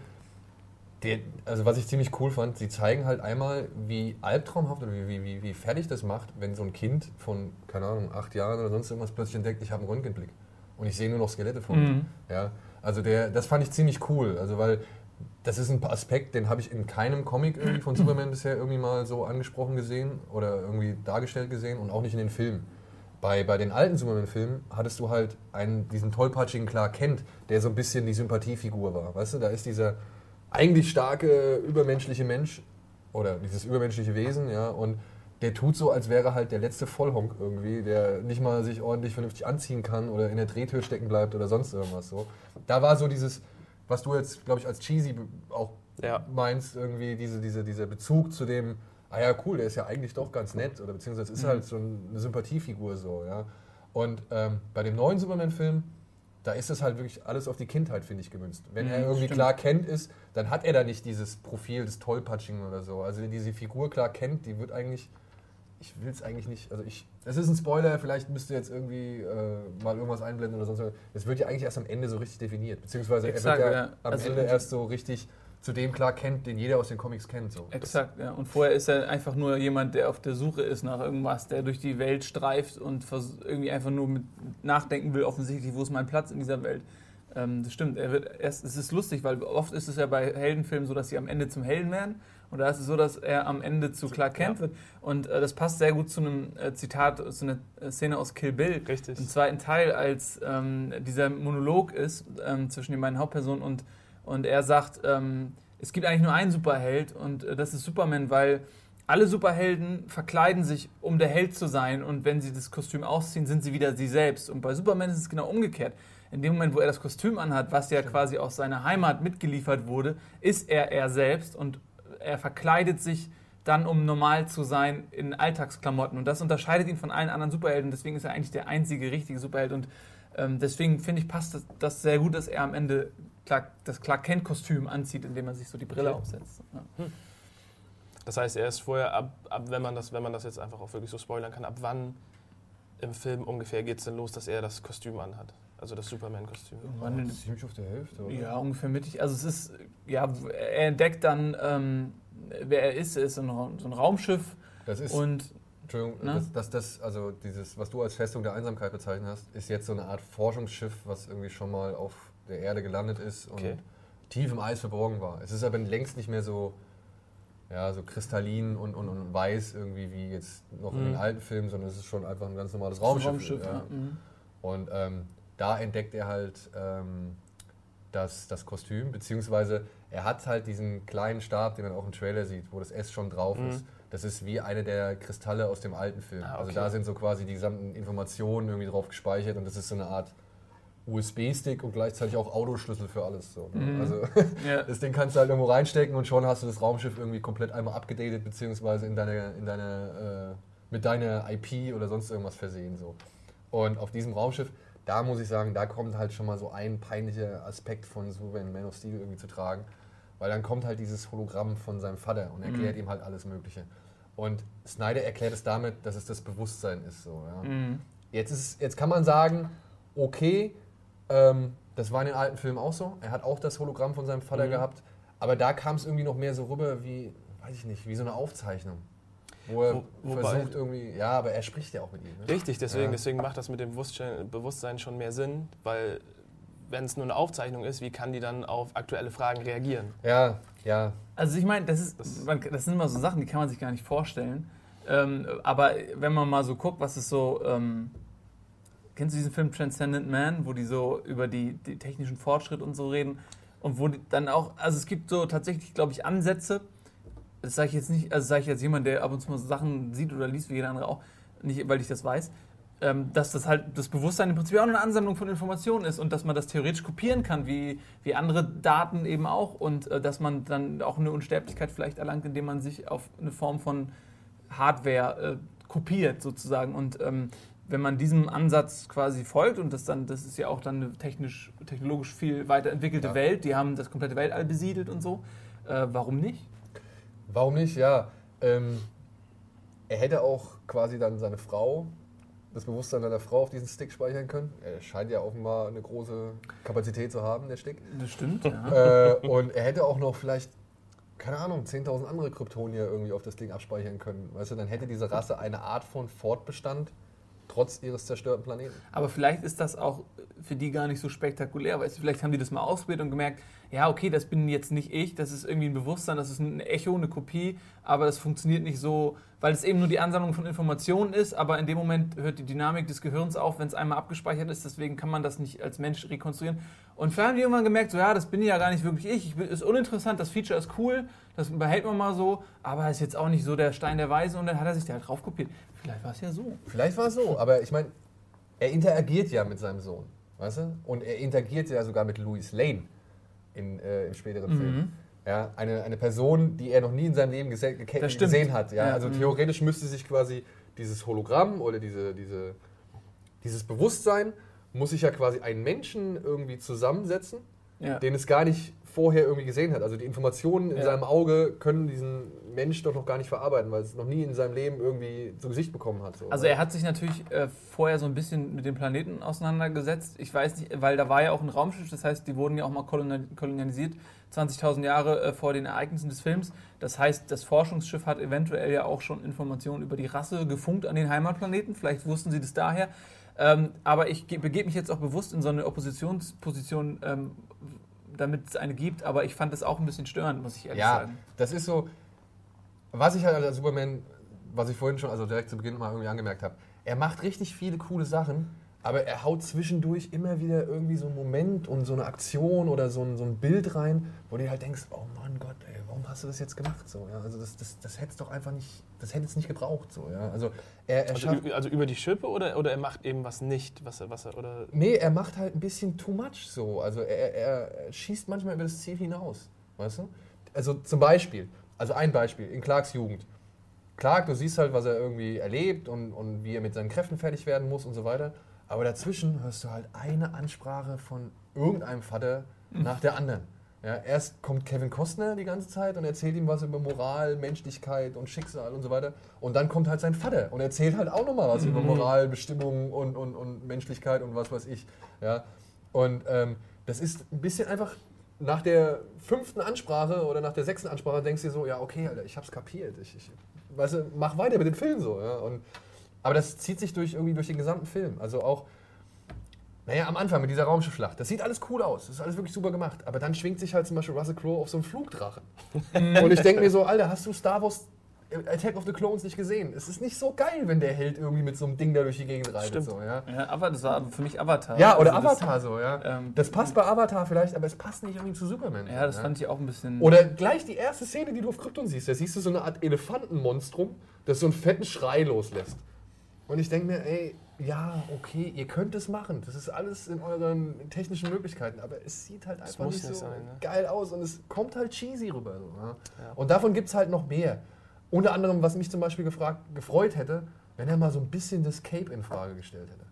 die, also was ich ziemlich cool fand, sie zeigen halt einmal, wie albtraumhaft oder wie, wie, wie fertig das macht, wenn so ein Kind von, keine Ahnung, acht Jahren oder sonst irgendwas plötzlich entdeckt, ich habe einen Röntgenblick und ich sehe nur noch Skelette vor mir. Mhm. Ja, also der, das fand ich ziemlich cool, also weil das ist ein Aspekt, den habe ich in keinem Comic irgendwie von Superman bisher irgendwie mal so angesprochen gesehen oder irgendwie dargestellt gesehen und auch nicht in den Filmen. Bei, bei den alten Superman-Filmen hattest du halt einen, diesen tollpatschigen Clark Kent, der so ein bisschen die Sympathiefigur war. Weißt du, da ist dieser eigentlich starke, übermenschliche Mensch oder dieses übermenschliche Wesen, ja, und der tut so, als wäre halt der letzte Vollhonk irgendwie, der nicht mal sich ordentlich vernünftig anziehen kann oder in der Drehtür stecken bleibt oder sonst irgendwas so. Da war so dieses, was du jetzt, glaube ich, als cheesy auch ja. meinst, irgendwie diese, diese, dieser Bezug zu dem, ah ja, cool, der ist ja eigentlich doch ganz nett, oder beziehungsweise ist mhm. halt so eine Sympathiefigur so, ja. Und ähm, bei dem neuen Superman-Film, da ist das halt wirklich alles auf die Kindheit, finde ich, gemünzt. Wenn mhm, er irgendwie stimmt. Clark Kent ist, dann hat er da nicht dieses Profil des Tollpatschigen oder so. Also diese Figur Clark Kent, die wird eigentlich, ich will es eigentlich nicht, also ich, das ist ein Spoiler, vielleicht müsst ihr jetzt irgendwie äh, mal irgendwas einblenden oder sonst was. Es wird ja eigentlich erst am Ende so richtig definiert, beziehungsweise Exakt, er wird ja, ja. am also Ende erst so richtig zu dem Clark Kent, den jeder aus den Comics kennt. So. Exakt, ja. Und vorher ist er einfach nur jemand, der auf der Suche ist nach irgendwas, der durch die Welt streift und irgendwie einfach nur mit nachdenken will, offensichtlich, wo ist mein Platz in dieser Welt. Ähm, das stimmt, er wird erst, es ist lustig, weil oft ist es ja bei Heldenfilmen so, dass sie am Ende zum Helden werden. Und da ist es so, dass er am Ende zu Clark Kent ja. wird. Und äh, das passt sehr gut zu einem äh, Zitat, zu einer Szene aus Kill Bill. Richtig. Im zweiten Teil, als ähm, dieser Monolog ist ähm, zwischen den beiden Hauptpersonen und Und er sagt, ähm, es gibt eigentlich nur einen Superheld und äh, das ist Superman, weil alle Superhelden verkleiden sich, um der Held zu sein und wenn sie das Kostüm ausziehen, sind sie wieder sie selbst. Und bei Superman ist es genau umgekehrt. In dem Moment, wo er das Kostüm anhat, was ja quasi aus seiner Heimat mitgeliefert wurde, ist er er selbst und er verkleidet sich dann, um normal zu sein in Alltagsklamotten. Und das unterscheidet ihn von allen anderen Superhelden. Deswegen ist er eigentlich der einzige richtige Superheld. Und ähm, deswegen finde ich, passt das, das sehr gut, dass er am Ende Clark, das Clark-Kent-Kostüm anzieht, indem er sich so die Brille okay. aufsetzt. Ja. Hm. Das heißt, er ist vorher, ab, ab wenn, man das, wenn man das jetzt einfach auch wirklich so spoilern kann, ab wann im Film ungefähr geht es denn los, dass er das Kostüm anhat? Also das Superman-Kostüm. Irgendwann Das ist ziemlich auf der Hälfte, oder? Ja, ungefähr mittig. Also es ist, ja, er entdeckt dann, ähm, wer er ist. Er ist so ein, Ra- so ein Raumschiff. Das ist, Und Entschuldigung, Ne? das, das, das, also dieses, was du als Festung der Einsamkeit bezeichnet hast, ist jetzt so eine Art Forschungsschiff, was irgendwie schon mal auf der Erde gelandet ist und Okay. tief im Eis verborgen war. Es ist aber längst nicht mehr so, ja, so kristallin und, und, und weiß irgendwie wie jetzt noch in Mhm. den alten Filmen, sondern es ist schon einfach ein ganz normales das ist ein Raumschiff. Raumschiff, ja. Mhm. Und ähm, da entdeckt er halt ähm, das, das Kostüm, beziehungsweise er hat halt diesen kleinen Stab, den man auch im Trailer sieht, wo das S schon drauf Mhm. ist. Das ist wie eine der Kristalle aus dem alten Film. Ah, Also okay. da sind so quasi die gesamten Informationen irgendwie drauf gespeichert und das ist so eine Art U S B-Stick und gleichzeitig auch Autoschlüssel für alles. So, ne? Mhm. Also Ja. das Ding kannst du halt irgendwo reinstecken und schon hast du das Raumschiff irgendwie komplett einmal abgedatet, beziehungsweise in deine, in deine, äh, mit deiner I P oder sonst irgendwas versehen. So. Und auf diesem Raumschiff, da muss ich sagen, da kommt halt schon mal so ein peinlicher Aspekt von Superman Man of Steel irgendwie zu tragen. Weil dann kommt halt dieses Hologramm von seinem Vater und erklärt Mhm. ihm halt alles Mögliche. Und Snyder erklärt es damit, dass es das Bewusstsein ist. So, ja. Mhm. Jetzt, ist, jetzt kann man sagen, okay, ähm, das war in den alten Filmen auch so. Er hat auch das Hologramm von seinem Vater Mhm. gehabt. Aber da kam es irgendwie noch mehr so rüber wie, weiß ich nicht, wie so eine Aufzeichnung. Wo er Wo- wobei- versucht irgendwie, ja, aber er spricht ja auch mit ihm. Ne? Richtig, deswegen, Ja. deswegen macht das mit dem Bewusstsein, Bewusstsein schon mehr Sinn, weil wenn es nur eine Aufzeichnung ist, wie kann die dann auf aktuelle Fragen reagieren? Ja, ja. Also ich meine, das, ist, Das- man, das sind immer so Sachen, die kann man sich gar nicht vorstellen. Ähm, aber wenn man mal so guckt, was ist so... Ähm, kennst du diesen Film Transcendent Man, wo die so über die, die technischen Fortschritt und so reden? Und wo die dann auch... Also es gibt so tatsächlich, glaube ich, Ansätze. Das sage ich jetzt nicht, also sage ich als jemand, der ab und zu mal so Sachen sieht oder liest, wie jeder andere auch, nicht, weil ich das weiß, ähm, dass das halt das Bewusstsein im Prinzip auch eine Ansammlung von Informationen ist und dass man das theoretisch kopieren kann, wie, wie andere Daten eben auch und äh, dass man dann auch eine Unsterblichkeit vielleicht erlangt, indem man sich auf eine Form von Hardware äh, kopiert sozusagen und ähm, wenn man diesem Ansatz quasi folgt und das dann, das ist ja auch dann eine technisch, technologisch viel weiterentwickelte Ja. Welt, die haben das komplette Weltall besiedelt und so, äh, warum nicht? Warum nicht? Ja. Ähm, er hätte auch quasi dann seine Frau, das Bewusstsein seiner Frau auf diesen Stick speichern können. Er scheint ja offenbar eine große Kapazität zu haben, der Stick. Das stimmt, ja. äh, und er hätte auch noch vielleicht, keine Ahnung, zehntausend andere Kryptonier irgendwie auf das Ding abspeichern können. Weißt du, dann hätte diese Rasse eine Art von Fortbestand, trotz ihres zerstörten Planeten. Aber vielleicht ist das auch für die gar nicht so spektakulär, weißt du, vielleicht haben die das mal ausprobiert und gemerkt, ja, okay, das bin jetzt nicht ich, das ist irgendwie ein Bewusstsein, das ist ein Echo, eine Kopie, aber das funktioniert nicht so, weil es eben nur die Ansammlung von Informationen ist, aber in dem Moment hört die Dynamik des Gehirns auf, wenn es einmal abgespeichert ist, deswegen kann man das nicht als Mensch rekonstruieren. Und vielleicht haben die irgendwann gemerkt, so ja, das bin ja gar nicht wirklich ich, ich bin, ist uninteressant, das Feature ist cool, das behält man mal so, aber ist jetzt auch nicht so der Stein der Weisen und dann hat er sich da halt drauf kopiert. Vielleicht war es ja so. Vielleicht war es so, aber ich meine, er interagiert ja mit seinem Sohn, weißt du? Und er interagiert ja sogar mit Louis Lane in, äh, im späteren Mhm. Film. Ja, eine, eine Person, die er noch nie in seinem Leben gese geke- Das stimmt. gesehen hat. Ja? Ja, Also mhm. theoretisch müsste sich quasi dieses Hologramm oder diese, diese, dieses Bewusstsein, muss sich ja quasi einen Menschen irgendwie zusammensetzen, Ja. den es gar nicht vorher irgendwie gesehen hat. Also die Informationen in Ja. seinem Auge können diesen Mensch doch noch gar nicht verarbeiten, weil es noch nie in seinem Leben irgendwie zu Gesicht bekommen hat. So. Also er hat sich natürlich äh, vorher so ein bisschen mit dem Planeten auseinandergesetzt. Ich weiß nicht, weil da war ja auch ein Raumschiff, das heißt, die wurden ja auch mal kolonial- kolonialisiert, zwanzigtausend Jahre äh, vor den Ereignissen des Films. Das heißt, das Forschungsschiff hat eventuell ja auch schon Informationen über die Rasse gefunkt an den Heimatplaneten. Vielleicht wussten sie das daher. Ähm, aber ich ge- begebe mich jetzt auch bewusst in so eine Oppositionsposition, ähm, damit es eine gibt. Aber ich fand das auch ein bisschen störend, muss ich ehrlich ja, sagen. das ist so, was ich halt als Superman, was ich vorhin schon, also direkt zu Beginn mal irgendwie angemerkt habe, er macht richtig viele coole Sachen, aber er haut zwischendurch immer wieder irgendwie so einen Moment und so eine Aktion oder so ein, so ein Bild rein, wo du halt denkst, oh Mann Gott, ey, warum hast du das jetzt gemacht? So, ja? Also das, das, das hätte es doch einfach nicht, das hätte es nicht gebraucht. So, ja? Also er, er Also, schafft... ü- also über die Schippe oder, oder er macht eben was nicht, was er, was er, oder... Nee, er macht halt ein bisschen too much so. Also er, er, er schießt manchmal über das Ziel hinaus. Weißt du? Also zum Beispiel, also ein Beispiel, in Clarks Jugend. Clark, du siehst halt, was er irgendwie erlebt und, und wie er mit seinen Kräften fertig werden muss und so weiter. Aber dazwischen hörst du halt eine Ansprache von irgendeinem Vater nach der anderen. Ja, erst kommt Kevin Costner die ganze Zeit und erzählt ihm was über Moral, Menschlichkeit und Schicksal und so weiter. Und dann kommt halt sein Vater und erzählt halt auch nochmal was mhm. über Moral, Bestimmung und, und, und Menschlichkeit und was weiß ich. Ja. Und ähm, das ist ein bisschen einfach, nach der fünften Ansprache oder nach der sechsten Ansprache denkst du dir so, ja okay, Alter, ich hab's kapiert. Ich, ich weißt du, mach weiter mit dem Film so. Ja. Und, aber das zieht sich durch, irgendwie durch den gesamten Film. Also auch Naja, am Anfang mit dieser Raumschiffschlacht. Das sieht alles cool aus. Das ist alles wirklich super gemacht. Aber dann schwingt sich halt zum Beispiel Russell Crowe auf so einen Flugdrachen. Und ich denke mir so, Alter, hast du Star Wars Attack of the Clones nicht gesehen? Es ist nicht so geil, wenn der Held irgendwie mit so einem Ding da durch die Gegend reitet. So, ja? Ja, aber das war für mich Avatar. Ja, oder also Avatar das, so, ja. Ähm, das passt bei Avatar vielleicht, aber es passt nicht irgendwie zu Superman. Ja, das ja? fand ich auch ein bisschen... Oder gleich die erste Szene, die du auf Krypton siehst. Da siehst du so eine Art Elefantenmonstrum, das so einen fetten Schrei loslässt. Und ich denke mir, ey, ja, okay, ihr könnt es machen. Das ist alles in euren technischen Möglichkeiten. Aber es sieht halt einfach nicht so sein, ne? geil aus. Und es kommt halt cheesy rüber. So, ja? Ja. Und davon gibt es halt noch mehr. Unter anderem, was mich zum Beispiel gefragt, gefreut hätte, wenn er mal so ein bisschen das Cape in Frage gestellt hätte.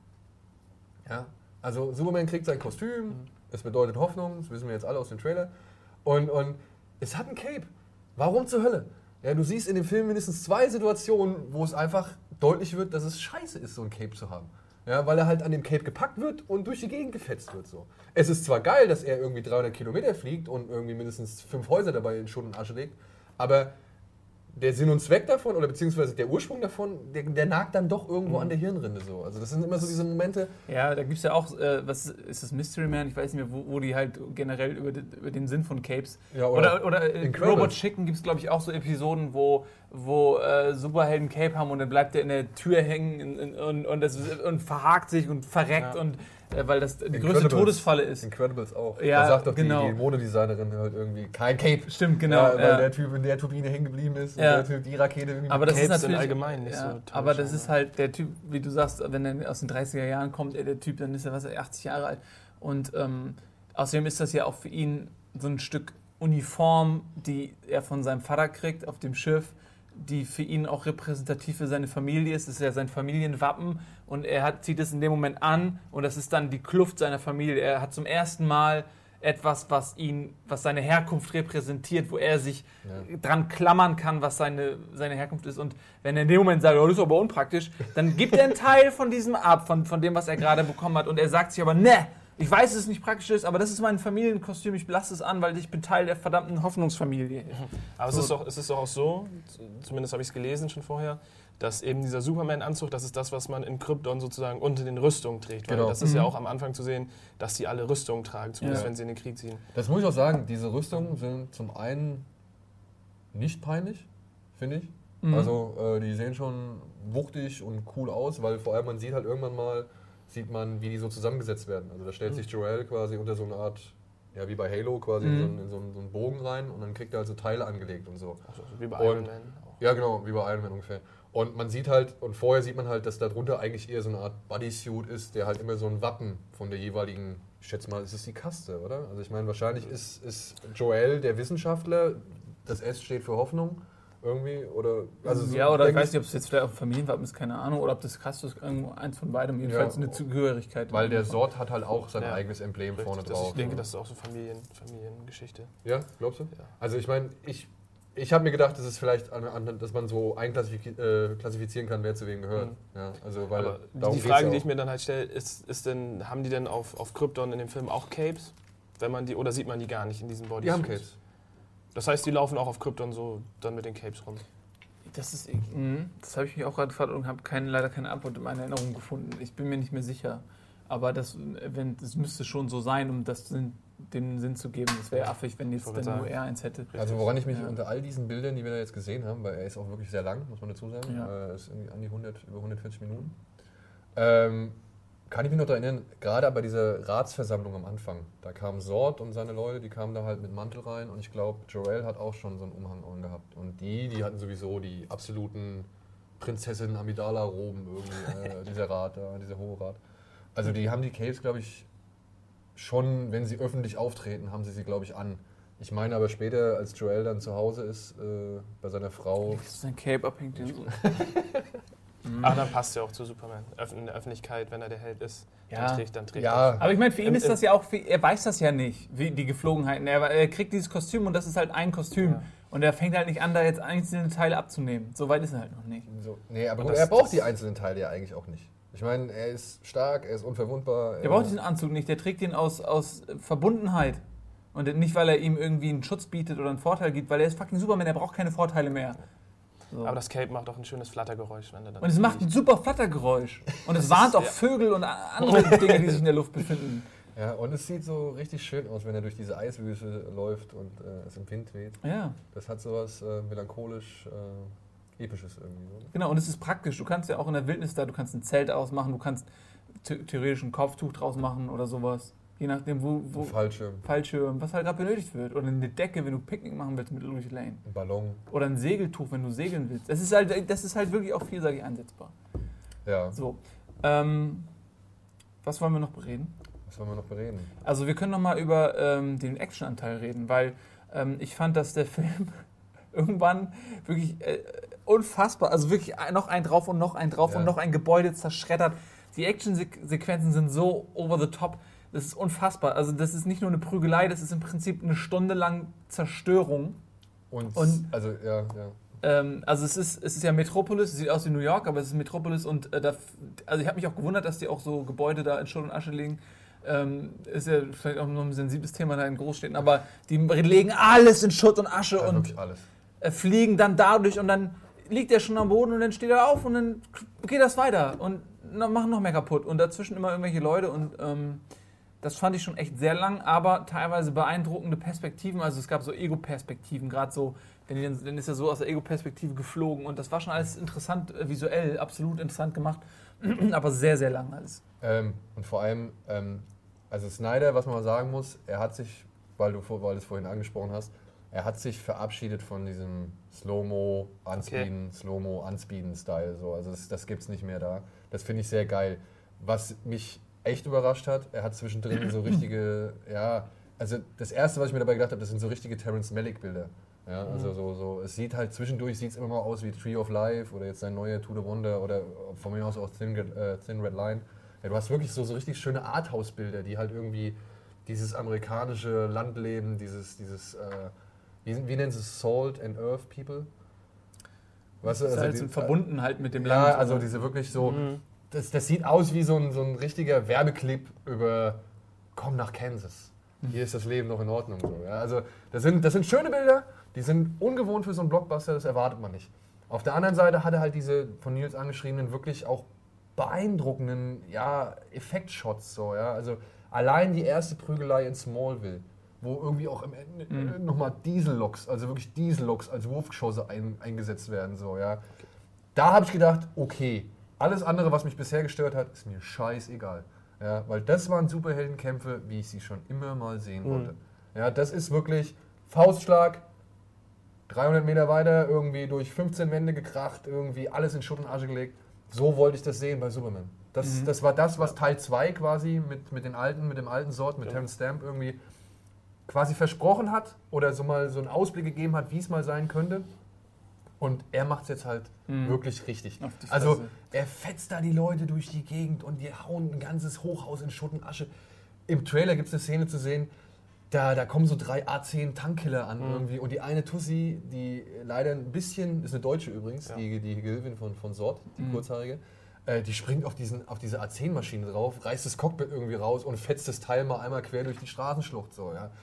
Ja? Also Superman kriegt sein Kostüm. Mhm. Es bedeutet Hoffnung. Das wissen wir jetzt alle aus dem Trailer. Und, und es hat ein Cape. Warum zur Hölle? Ja, du siehst in dem Film mindestens zwei Situationen, wo es einfach deutlich wird, dass es scheiße ist, so ein Cape zu haben. Ja, weil er halt an dem Cape gepackt wird und durch die Gegend gefetzt wird. So. Es ist zwar geil, dass er irgendwie dreihundert Kilometer fliegt und irgendwie mindestens fünf Häuser dabei in Schutt und Asche legt, aber der Sinn und Zweck davon, oder beziehungsweise der Ursprung davon, der, der nagt dann doch irgendwo mhm. an der Hirnrinde. So. Also das sind immer so diese Momente. Ja, da gibt es ja auch, äh, was ist das, Mystery Man? Ich weiß nicht mehr, wo, wo die halt generell über, die, über den Sinn von Capes. Ja, oder oder, oder in Robot Chicken gibt es, glaube ich, auch so Episoden, wo, wo äh, Superhelden Cape haben und dann bleibt der in der Tür hängen in, in, und, und, das, und verhakt sich und verreckt ja. und äh, weil das die größte Todesfalle ist. Incredibles auch. Ja, da sagt doch genau. die, die Modedesignerin halt irgendwie kein Cape. Stimmt, genau. Ja, weil ja. der Typ in der Turbine hängen geblieben ist ja. und der Typ die Rakete irgendwie aber mit das Capes ist natürlich allgemein nicht ja, so toll. Aber das ist halt der Typ, wie du sagst, wenn er aus den dreißiger Jahren kommt, der Typ, dann ist er was, achtzig Jahre alt. Und ähm, außerdem ist das ja auch für ihn so ein Stück Uniform, die er von seinem Vater kriegt auf dem Schiff, die für ihn auch repräsentativ für seine Familie ist. Das ist ja sein Familienwappen und er hat, zieht es in dem Moment an und das ist dann die Kluft seiner Familie. Er hat zum ersten Mal etwas, was ihn, was seine Herkunft repräsentiert, wo er sich ja. dran klammern kann, was seine, seine Herkunft ist. Und wenn er in dem Moment sagt, oh, das ist aber unpraktisch, dann gibt er einen Teil von diesem ab, von, von dem, was er gerade bekommen hat. Und er sagt sich aber, ne, ich weiß, dass es nicht praktisch ist, aber das ist mein Familienkostüm, ich lasse es an, weil ich bin Teil der verdammten Hoffnungsfamilie. Aber so. es, ist doch, es ist doch auch so, zumindest habe ich es gelesen schon vorher, dass eben dieser Superman-Anzug, das ist das, was man in Krypton sozusagen unter den Rüstungen trägt. Weil genau. das ist mhm. ja auch am Anfang zu sehen, dass sie alle Rüstungen tragen, zumindest ja. wenn sie in den Krieg ziehen. Das muss ich auch sagen, diese Rüstungen sind zum einen nicht peinlich, finde ich. Mhm. Also äh, die sehen schon wuchtig und cool aus, weil vor allem man sieht halt irgendwann mal, sieht man, wie die so zusammengesetzt werden. Also da stellt sich Jor-El quasi unter so eine Art, ja wie bei Halo quasi mhm. in, so einen, in so einen, so einen Bogen rein und dann kriegt er also Teile angelegt und so. Also, wie bei und, Iron Man auch. Ja genau, wie bei Iron Man ungefähr. Und man sieht halt, und vorher sieht man halt, dass darunter eigentlich eher so eine Art Bodysuit ist, der halt immer so ein Wappen von der jeweiligen, ich schätze mal, ist es die Kaste, oder? Also ich meine, wahrscheinlich ist, ist Jor-El der Wissenschaftler, das S steht für Hoffnung. Irgendwie, oder, also so ja, oder ich weiß nicht, ob es jetzt vielleicht auch Familienwappen ist, keine Ahnung, oder ob das Kastus irgendwo eins von beidem, jedenfalls ja, eine Zugehörigkeit. Weil der Sort hat halt auch sein ja. eigenes Emblem Richtig, vorne das, drauf. Ich denke, das ist auch so Familien, Familiengeschichte. Ja, glaubst du? Ja. Also ich meine, ich, ich habe mir gedacht, dass es vielleicht, an, an, dass man so einklassifizieren kann, wer zu wem gehört. Mhm. Ja, also, weil aber die Frage, die ich mir dann halt stelle, ist, ist denn, haben die denn auf, auf Krypton in dem Film auch Capes? Wenn man die, oder sieht man die gar nicht in diesen Bodysuits? Die haben Capes. Das heißt, die laufen auch auf Krypton so dann mit den Capes rum. Das ist, mh, das habe ich mich auch gerade gefragt und habe keine, leider keine Antwort in meiner Erinnerung gefunden. Ich bin mir nicht mehr sicher. Aber das, wenn, das müsste schon so sein, um das Sinn, den Sinn zu geben. Das wäre affig, wenn jetzt dann nur er eins hätte. Also woran ich mich ja. unter all diesen Bildern, die wir da jetzt gesehen haben, weil er ist auch wirklich sehr lang, muss man dazu sagen, ja. äh, ist irgendwie an die hundert, über hundertvierzig Minuten, ähm, kann ich mich noch daran erinnern, gerade bei dieser Ratsversammlung am Anfang, da kam Sord und seine Leute, die kamen da halt mit Mantel rein und ich glaube, Jor-El hat auch schon so einen Umhang angehabt. Und die, die hatten sowieso die absoluten Prinzessin Amidala-Roben irgendwie, äh, dieser Rat, äh, dieser Hohe Rat. Also die haben die Capes, glaube ich, schon, wenn sie öffentlich auftreten, haben sie sie, glaube ich, an. Ich meine aber später, als Jor-El dann zu Hause ist, äh, bei seiner Frau... Sein Cape abhängt den so. Mhm. Aber dann passt ja auch zu Superman. In der Öffentlichkeit, wenn er der Held ist, Ja. dann trägt, dann trägt Ja. er. Aber ich meine, für ihn Im- ist das ja auch, er weiß das ja nicht, wie die Geflogenheiten. Er, er kriegt dieses Kostüm und das ist halt ein Kostüm. Ja. Und er fängt halt nicht an, da jetzt einzelne Teile abzunehmen. So weit ist er halt noch nicht. So, nee, aber Und gut, das- er braucht das- die einzelnen Teile ja eigentlich auch nicht. Ich meine, er ist stark, er ist unverwundbar. Der braucht diesen Anzug nicht, der trägt ihn aus, aus Verbundenheit. Und nicht, weil er ihm irgendwie einen Schutz bietet oder einen Vorteil gibt, weil er ist fucking Superman, der braucht keine Vorteile mehr. So. Aber das Cape macht auch ein schönes Flattergeräusch, wenn er dann. Und es macht ein super Flattergeräusch. Und es Das warnt ist- auch ja. Vögel und andere Dinge, die sich in der Luft befinden. Ja, und es sieht so richtig schön aus, wenn er durch diese Eiswüste läuft und äh, es im Wind weht. Ja, Das hat sowas äh, melancholisch, äh, episches irgendwie. So. genau. Und es ist praktisch. Du kannst ja auch in der Wildnis da, du kannst ein Zelt ausmachen, du kannst the- theoretisch ein Kopftuch draus machen oder sowas. Je nachdem, wo, wo Fallschirm, Fallschirm, was halt gerade benötigt wird. Oder eine Decke, wenn du Picknick machen willst mit Louis Lane. ein Ballon. Oder ein Segeltuch, wenn du segeln willst. Das ist halt, das ist halt wirklich auch vielseitig einsetzbar. Ja, So. Ähm, was wollen wir noch bereden? was wollen wir noch bereden? Also wir können noch mal über ähm, den Actionanteil reden, weil ähm, ich fand, dass der Film irgendwann wirklich äh, unfassbar, also wirklich noch ein drauf und noch ein drauf Ja. und noch ein Gebäude zerschreddert. Die Actionsequenzen sind so over the top, das ist unfassbar. Also das ist nicht nur eine Prügelei, das ist im Prinzip eine Stunde lang Zerstörung. Und, Und- also, ja, ja. Ähm, also es ist, es ist ja Metropolis, es sieht aus wie New York, aber es ist Metropolis und äh, da, also ich habe mich auch gewundert, dass die auch so Gebäude da in Schutt und Asche liegen. Ähm, ist ja vielleicht auch noch ein sensibles Thema da in Großstädten, aber die legen alles in Schutt und Asche ja und wirklich alles. äh, fliegen dann dadurch und dann liegt er schon am Boden und dann steht er auf und dann geht das weiter und dann machen noch mehr kaputt und dazwischen immer irgendwelche Leute und ähm, das fand ich schon echt sehr lang, aber teilweise beeindruckende Perspektiven. Also es gab so Ego-Perspektiven, gerade so, wenn die dann, dann ist er so aus der Ego-Perspektive geflogen und das war schon alles interessant, äh, visuell, absolut interessant gemacht, aber sehr, sehr lang alles. Ähm, und vor allem, ähm, also Snyder, was man mal sagen muss, er hat sich, weil du, vor- weil du es vorhin angesprochen hast, er hat sich verabschiedet von diesem Slow-Mo, Unspeeden, okay. Slow-Mo, Unspeeden-Style. So. Also das, das gibt es nicht mehr da. Das finde ich sehr geil. Was mich echt überrascht hat, er hat zwischendrin so richtige, ja, also das Erste, was ich mir dabei gedacht habe, das sind so richtige Terrence Malick-Bilder. Ja, also so, so, es sieht halt zwischendurch sieht es immer mal aus wie Tree of Life oder jetzt sein neuer To the Wonder oder von mir aus auch Thin, äh, Thin Red Line. Ja, du hast wirklich so, so richtig schöne Arthouse-Bilder, die halt irgendwie dieses amerikanische Landleben, dieses, dieses äh, wie, wie nennen sie es, Salt and Earth People? Weißt du, Das ist also halt die- so verbunden halt mit dem ja, Land. also diese wirklich so, Mhm. das, das sieht aus wie so ein, so ein richtiger Werbeclip über komm nach Kansas. Hier ist das Leben noch in Ordnung. So, ja. Also das sind, das sind schöne Bilder, die sind ungewohnt für so einen Blockbuster, das erwartet man nicht. Auf der anderen Seite hat er halt diese von Nils angeschriebenen wirklich auch beeindruckenden ja, Effektshots. So, ja. Also allein die erste Prügelei in Smallville, wo irgendwie auch am Ende Mhm. äh, nochmal Dieselloks, also wirklich Dieselloks als Wurfgeschosse ein, eingesetzt werden. So, ja. Da habe ich gedacht, okay, alles andere, was mich bisher gestört hat, ist mir scheißegal. Ja, weil das waren Superheldenkämpfe, wie ich sie schon immer mal sehen Mhm. wollte. Ja, das ist wirklich Faustschlag, dreihundert Meter weiter, irgendwie durch fünfzehn Wände gekracht, irgendwie alles in Schutt und Asche gelegt. So wollte ich das sehen bei Superman. Das, Mhm. das war das, was Teil zwei quasi mit, mit, den alten, mit dem alten Sort, mit Ja. Terrence Stamp irgendwie quasi versprochen hat oder so mal so einen Ausblick gegeben hat, wie es mal sein könnte. Und er macht es jetzt halt Mhm. wirklich richtig. Auf die Also Fresse. er fetzt da die Leute durch die Gegend und die hauen ein ganzes Hochhaus in Schutt und Asche. Im Trailer gibt es eine Szene zu sehen, da, da kommen so drei A zehn Tankkiller an Mhm. irgendwie. Und die eine Tussi, die leider ein bisschen, ist eine Deutsche übrigens, Ja. die, die Gehilfin von, von Sort, die Mhm. Kurzhaarige, äh, die springt auf, diesen, auf diese A zehn Maschine drauf, reißt das Cockpit irgendwie raus und fetzt das Teil mal einmal quer durch die Straßenschlucht. So, ja.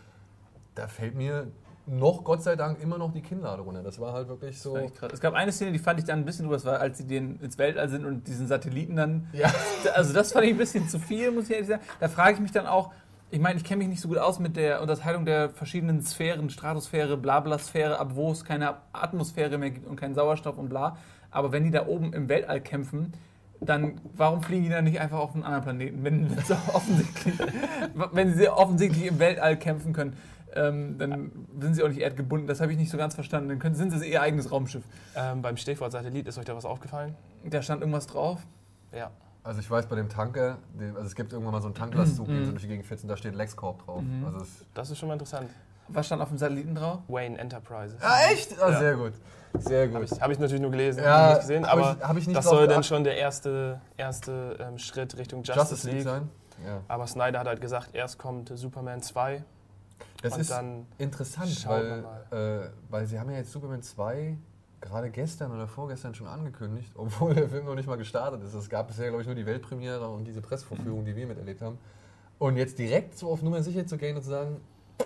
Da fällt mir noch, Gott sei Dank, immer noch die Kinnlade runter. Das war halt wirklich so... Das war echt krass. Es gab eine Szene, die fand ich dann ein bisschen drüber, das war, als sie den ins Weltall sind und diesen Satelliten dann. Ja. Also das fand ich ein bisschen zu viel, muss ich ehrlich sagen. Da frage ich mich dann auch, ich meine, ich kenne mich nicht so gut aus mit der Unterteilung der verschiedenen Sphären, Stratosphäre, Blablasphäre, ab wo es keine Atmosphäre mehr gibt und keinen Sauerstoff und bla. Aber wenn die da oben im Weltall kämpfen, dann warum fliegen die dann nicht einfach auf einen anderen Planeten, wenn, so offensichtlich, wenn sie offensichtlich im Weltall kämpfen können? Ähm, dann sind sie auch nicht erdgebunden. Das habe ich nicht so ganz verstanden. Dann können, sind sie ihr eigenes Raumschiff. Ähm, beim Stichwort Satellit, ist euch da was aufgefallen? Da stand irgendwas drauf. Ja. Also ich weiß bei dem Tanker, dem, also es gibt irgendwann mal so einen Tanklastzug, Mhm. den sie durch die Gegend fetzen, da steht LexCorp drauf. Mhm. Also es, Das ist schon mal interessant. Was stand auf dem Satelliten drauf? Wayne Enterprises. Ah, echt? Ah, Ja. sehr gut. Sehr gut. Habe ich, hab ich natürlich nur gelesen, Ja, nicht gesehen, hab aber ich- hab ich nicht das drauf soll dann geachtet. schon der erste, erste ähm, Schritt Richtung Justice, Justice League League sein? Ja. Aber Snyder hat halt gesagt, erst kommt Superman zwei Das und ist dann interessant, schaut weil, man äh, weil sie haben ja jetzt Superman zwei gerade gestern oder vorgestern schon angekündigt, obwohl der Film noch nicht mal gestartet ist. Es gab bisher, glaube ich, nur die Weltpremiere und diese Pressevorführung, die wir miterlebt haben. Und jetzt direkt so auf Nummer sicher zu gehen und zu sagen,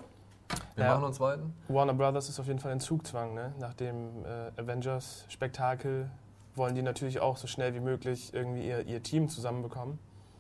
wir Ja. machen noch einen zweiten. Warner Brothers ist auf jeden Fall in Zugzwang. Ne? Nach dem äh, Avengers-Spektakel wollen die natürlich auch so schnell wie möglich irgendwie ihr, ihr Team zusammenbekommen.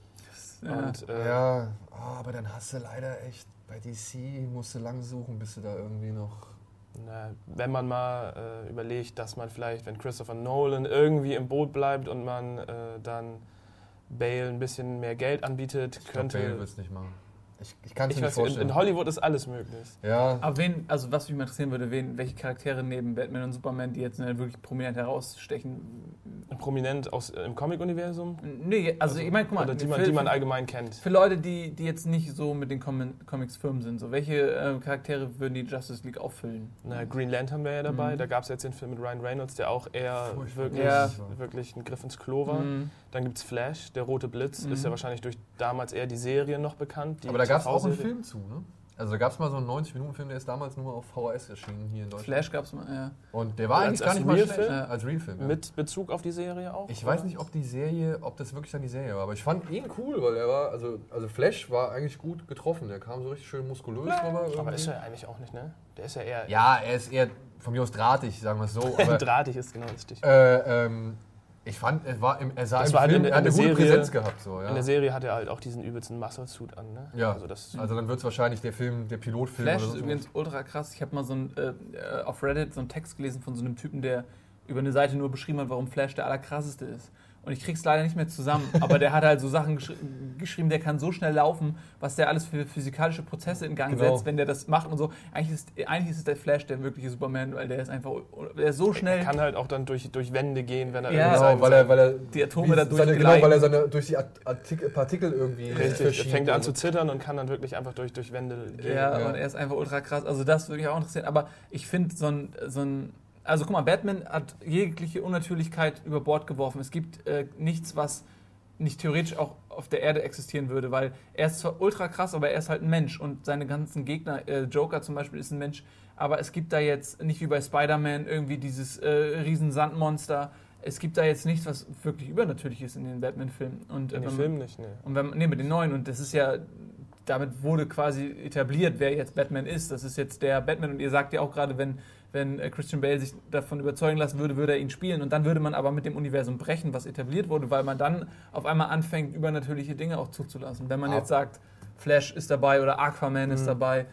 Ja. Und, äh, Ja, oh, aber dann hast du leider echt, bei D C musst du lang suchen, bis du da irgendwie noch... na, wenn man mal äh, überlegt, dass man vielleicht, wenn Christopher Nolan irgendwie im Boot bleibt und man äh, dann Bale ein bisschen mehr Geld anbietet, Ich glaub, könnte... Bale wird es nicht machen. Ich, ich kann es ich mir nicht weiß, in, vorstellen. in Hollywood ist alles möglich. Ja, Aber wen, also was mich mal interessieren würde, wen, welche Charaktere neben Batman und Superman, die jetzt äh, wirklich prominent herausstechen. Prominent aus, äh, im Comic-Universum? Nee, also, ich meine, guck mal, Oder die man, für, die man für, allgemein kennt. für Leute, die, die jetzt nicht so mit den Com Comics firm sind, so welche äh, Charaktere würden die Justice League auffüllen? Na, Green Lantern wäre ja dabei. Mhm. Da gab es jetzt den Film mit Ryan Reynolds, der auch eher Furchtbar. wirklich, Ja. wirklich ein Griff ins Klo war. Mhm. Dann gibt es Flash, der rote Blitz, Mhm. ist ja wahrscheinlich durch damals eher die Serie noch bekannt. Die aber da gab es auch einen T V-Serie. Film zu, ne? Also da gab es mal so einen neunzig-Minuten-Film, der ist damals nur auf V H S erschienen hier in Deutschland. Flash gab es mal, ja. Und der war Als- eigentlich gar als nicht mal Realfilm? schlecht. Ja. Als Realfilm, ja. Mit Bezug auf die Serie auch? Ich oder? weiß nicht, ob die Serie, ob das wirklich dann die Serie war, aber ich fand ihn cool, weil er war, also, also Flash war eigentlich gut getroffen. Der kam so richtig schön muskulös rüber. Aber irgendwie. ist er eigentlich auch nicht, ne? Der ist ja eher Ja, er ist eher von mir aus drahtig, sagen wir es so. Aber, drahtig, ist genau das Stichwort. äh, ähm, ich fand, er, war im, er sah Das im war halt Film, in der- er hat in eine der gute Serie- Präsenz gehabt. So, ja. In der Serie hat er halt auch diesen übelsten Muscle-Suit an, ne? Ja, Also das, also dann wird es wahrscheinlich der Film, der Pilotfilm Flash oder ist so. übrigens ultra krass. Ich habe mal so ein, äh, äh, auf Reddit so einen Text gelesen von so einem Typen, der über eine Seite nur beschrieben hat, warum Flash der allerkrasseste ist. Und ich krieg's leider nicht mehr zusammen, aber der hat halt so Sachen geschri geschrieben, der kann so schnell laufen, was der alles für physikalische Prozesse in Gang Genau. setzt, wenn der das macht und so. Eigentlich ist, eigentlich ist es der Flash der wirkliche Superman, weil der ist einfach, der ist so schnell. er kann halt auch dann durch, durch Wände gehen, wenn er Ja. irgendwie Genau, sein- weil er, weil er Die Atome wie da seine, Genau, durchgleiten. weil er seine, durch die Art- Artikel, Partikel irgendwie Richtig, er verschiebt fängt an und zu zittern und kann dann wirklich einfach durch, durch Wände gehen. Ja, Ja. und er ist einfach ultra krass. Also das würde mich auch interessieren. Aber ich finde so ein, so ein... Also guck mal, Batman hat jegliche Unnatürlichkeit über Bord geworfen. Es gibt äh, nichts, was nicht theoretisch auch auf der Erde existieren würde, weil er ist zwar ultra krass, aber er ist halt ein Mensch und seine ganzen Gegner, äh, Joker zum Beispiel ist ein Mensch, aber es gibt da jetzt nicht wie bei Spider-Man irgendwie dieses äh, riesen Sandmonster. Es gibt da jetzt nichts, was wirklich übernatürlich ist in den Batman-Filmen. Und, äh, In den wenn man- Filmen nicht, ne. und wenn, nee, mit den neuen. Und das ist ja, damit wurde quasi etabliert, wer jetzt Batman ist. Das ist jetzt der Batman. Und ihr sagt ja auch gerade, wenn, wenn äh, Christian Bale sich davon überzeugen lassen würde, würde er ihn spielen. Und dann würde man aber mit dem Universum brechen, was etabliert wurde, weil man dann auf einmal anfängt, übernatürliche Dinge auch zuzulassen. Wenn man Ah. jetzt sagt, Flash ist dabei oder Aquaman ist Mhm. dabei.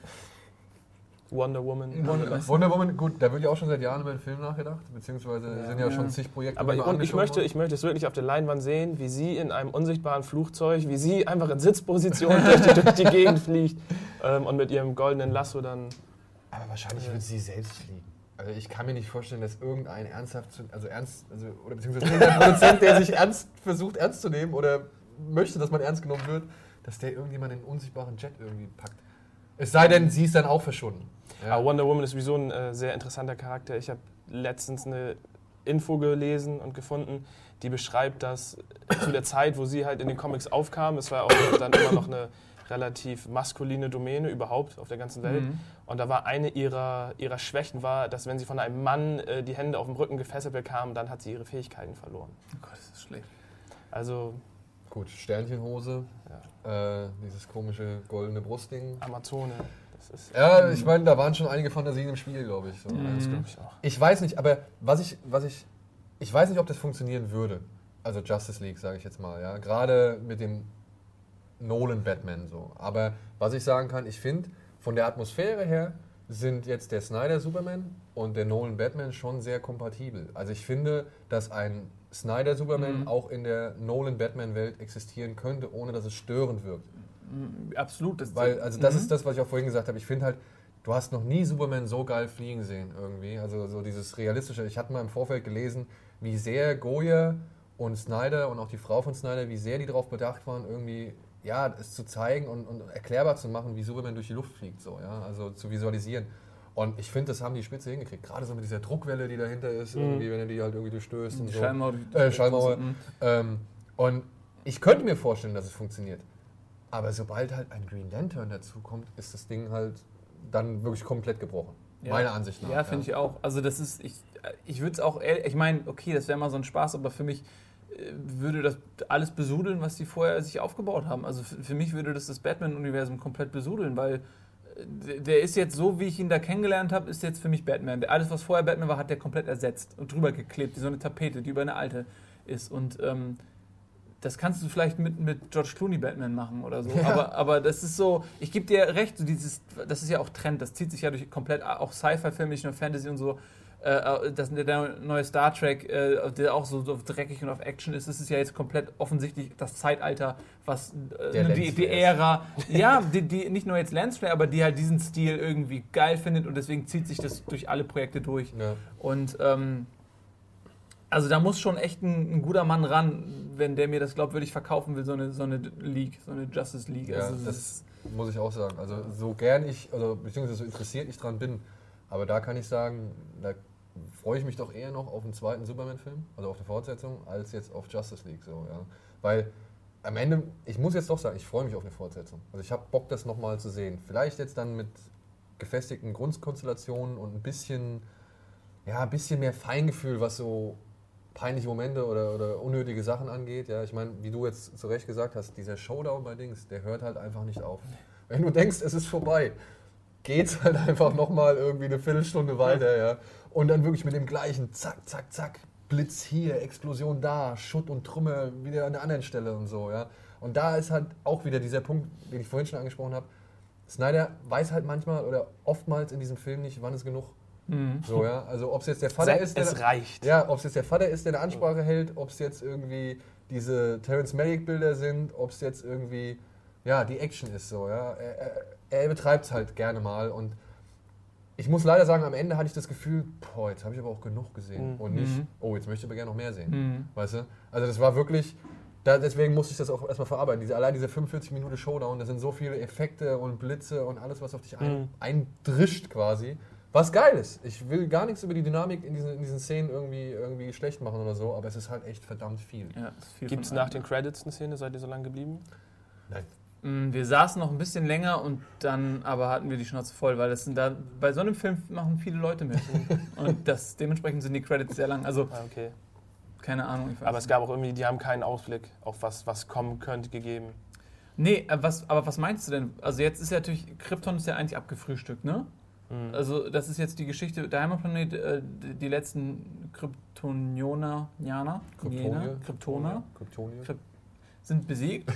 Wonder Woman. Wonder- Wonder Woman, gut, da wird ja auch schon seit Jahren über den Film nachgedacht, beziehungsweise Ja. sind ja, Ja. schon zig Projekte. Aber die ich, man und ich angeschaut möchte, hat. ich möchte es wirklich auf der Leinwand sehen, wie sie in einem unsichtbaren Flugzeug, wie sie einfach in Sitzposition durch, die, durch die Gegend fliegt ähm, und mit ihrem goldenen Lasso dann... Aber wahrscheinlich wird sie selbst fliegen. Also ich kann mir nicht vorstellen, dass irgendein ernsthaft, zu, also ernst, also, oder beziehungsweise irgendein Produzent, der sich ernst versucht ernst zu nehmen oder möchte, dass man ernst genommen wird, dass der irgendjemand in einen unsichtbaren Jet irgendwie packt. Es sei denn, sie ist dann auch verschwunden. Ja. Aber Wonder Woman ist sowieso ein äh, sehr interessanter Charakter. Ich habe letztens eine Info gelesen und gefunden, die beschreibt, dass zu der Zeit, wo sie halt in den Comics aufkam, es war auch dann immer noch eine relativ maskuline Domäne überhaupt auf der ganzen Welt. Mhm. Und da war eine ihrer, ihrer Schwächen, war, dass wenn sie von einem Mann äh, die Hände auf dem Rücken gefesselt bekam, dann hat sie ihre Fähigkeiten verloren. Oh Gott, das ist schlecht. Also Gut, Sternchenhose, äh, dieses komische goldene Brustding. Amazone, das ist... Ja, ich meine, da waren schon einige Fantasien im Spiel, glaube ich. So. Mhm. Das glaube ich auch. Ich weiß nicht, aber was ich, was ich, ich weiß nicht, ob das funktionieren würde. Also Justice League, sage ich jetzt mal, ja. Gerade mit dem Nolan Batman so. Aber was ich sagen kann, ich finde, von der Atmosphäre her sind jetzt der Snyder Superman und der Nolan Batman schon sehr kompatibel. Also ich finde, dass ein Snyder Superman Mhm. auch in der Nolan Batman Welt existieren könnte, ohne dass es störend wirkt. Mhm, absolut. Das Weil, also das Mhm. ist das, was ich auch vorhin gesagt habe. Ich finde halt, du hast noch nie Superman so geil fliegen sehen irgendwie. Also so dieses realistische. Ich hatte mal im Vorfeld gelesen, wie sehr Goya und Snyder und auch die Frau von Snyder, wie sehr die darauf bedacht waren, irgendwie ja, es zu zeigen und, und erklärbar zu machen, wie Superman durch die Luft fliegt, so, ja, also zu visualisieren. Und ich finde, das haben die spitze hingekriegt. Gerade so mit dieser Druckwelle, die dahinter ist, mhm. irgendwie, wenn er die halt irgendwie durchstößt. Und so. Schallmauer. Äh, Schallmauer. Mhm. Ähm, und ich könnte mir vorstellen, dass es funktioniert. Aber sobald halt ein Green Lantern dazu kommt, ist das Ding halt dann wirklich komplett gebrochen. Ja. Meiner Ansicht nach. Ja, finde ja. ich auch. Also das ist, ich, ich würde es auch, ich meine, okay, das wäre mal so ein Spaß, aber für mich äh, würde das alles besudeln, was die vorher sich aufgebaut haben. Also für, für mich würde das das Batman-Universum komplett besudeln, weil äh, der ist jetzt so, wie ich ihn da kennengelernt habe, ist jetzt für mich Batman. Alles, was vorher Batman war, hat der komplett ersetzt und drüber geklebt, wie so eine Tapete, die über eine alte ist. Und ähm, das kannst du vielleicht mit, mit George Clooney Batman machen oder so. Ja. Aber, aber das ist so, ich gebe dir recht, so dieses, das ist ja auch Trend, das zieht sich ja durch komplett, auch Sci-Fi-Filme, nicht nur Fantasy und so. Äh, das, der neue Star Trek, äh, der auch so, so dreckig und auf Action ist, das ist ja jetzt komplett offensichtlich das Zeitalter, was äh, die, die Ära, ja, die, die nicht nur jetzt Lensflare, aber die halt diesen Stil irgendwie geil findet und deswegen zieht sich das durch alle Projekte durch. Ja. Und ähm, also da muss schon echt ein, ein guter Mann ran, wenn der mir das glaubwürdig verkaufen will, so eine, so eine League, so eine Justice League. Ja, also das, das muss ich auch sagen. Also so gern ich, also beziehungsweise so interessiert ich dran bin, aber da kann ich sagen, da freue ich mich doch eher noch auf einen zweiten Superman-Film, also auf eine Fortsetzung, als jetzt auf Justice League. So, ja. Weil am Ende, ich muss jetzt doch sagen, ich freue mich auf eine Fortsetzung. Also ich habe Bock, das nochmal zu sehen. Vielleicht jetzt dann mit gefestigten Grundkonstellationen und ein bisschen, ja, ein bisschen mehr Feingefühl, was so peinliche Momente oder, oder unnötige Sachen angeht. Ja, ich meine, wie du jetzt zu Recht gesagt hast, dieser Showdown bei Dings, der hört halt einfach nicht auf. Wenn du denkst, es ist vorbei, geht's halt einfach nochmal irgendwie eine Viertelstunde weiter. Ja. Und dann wirklich mit dem gleichen Zack, Zack, Zack, Blitz hier, Explosion da, Schutt und Trümmer wieder an der anderen Stelle und so. Ja. Und da ist halt auch wieder dieser Punkt, den ich vorhin schon angesprochen habe. Snyder weiß halt manchmal oder oftmals in diesem Film nicht, wann es genug Mhm. So, ja. Also ob es jetzt der Vater Sag, ist, der, es reicht. Ja, ob es jetzt der Vater ist, der eine Ansprache hält, ob es jetzt irgendwie diese Terrence Malick Bilder sind, ob es jetzt irgendwie ja die Action ist, so, ja. Er, er, er betreibt es halt gerne mal und ich muss leider sagen, am Ende hatte ich das Gefühl, boah, jetzt habe ich aber auch genug gesehen mhm. und nicht, oh, jetzt möchte ich aber gerne noch mehr sehen, mhm. weißt du? Also das war wirklich, da, deswegen musste ich das auch erstmal verarbeiten. Diese, allein diese fünfundvierzig Minuten Showdown, da sind so viele Effekte und Blitze und alles, was auf dich ein, mhm. eindrischt quasi. Was geil ist. Ich will gar nichts über die Dynamik in diesen, in diesen Szenen irgendwie, irgendwie schlecht machen oder so, aber es ist halt echt verdammt viel. Ja, gibt es nach den Credits eine Szene? Seid ihr so lange geblieben? Nein. Wir saßen noch ein bisschen länger und dann aber hatten wir die Schnauze voll, weil das sind da, bei so einem Film machen viele Leute mit. Und das, dementsprechend sind die Credits sehr lang. Also, ah, okay. Keine Ahnung. Ich weiß aber es gab auch irgendwie, die haben keinen Ausblick auf was, was kommen könnte, gegeben. Nee, was, aber was meinst du denn? Also jetzt ist ja natürlich, Krypton ist ja eigentlich abgefrühstückt, ne? Also das ist jetzt die Geschichte, der Heimatplanet, äh, die letzten Kryptonioner, Jana, Kryptoner, Kryptoner, Kryptonier. Kryp- sind besiegt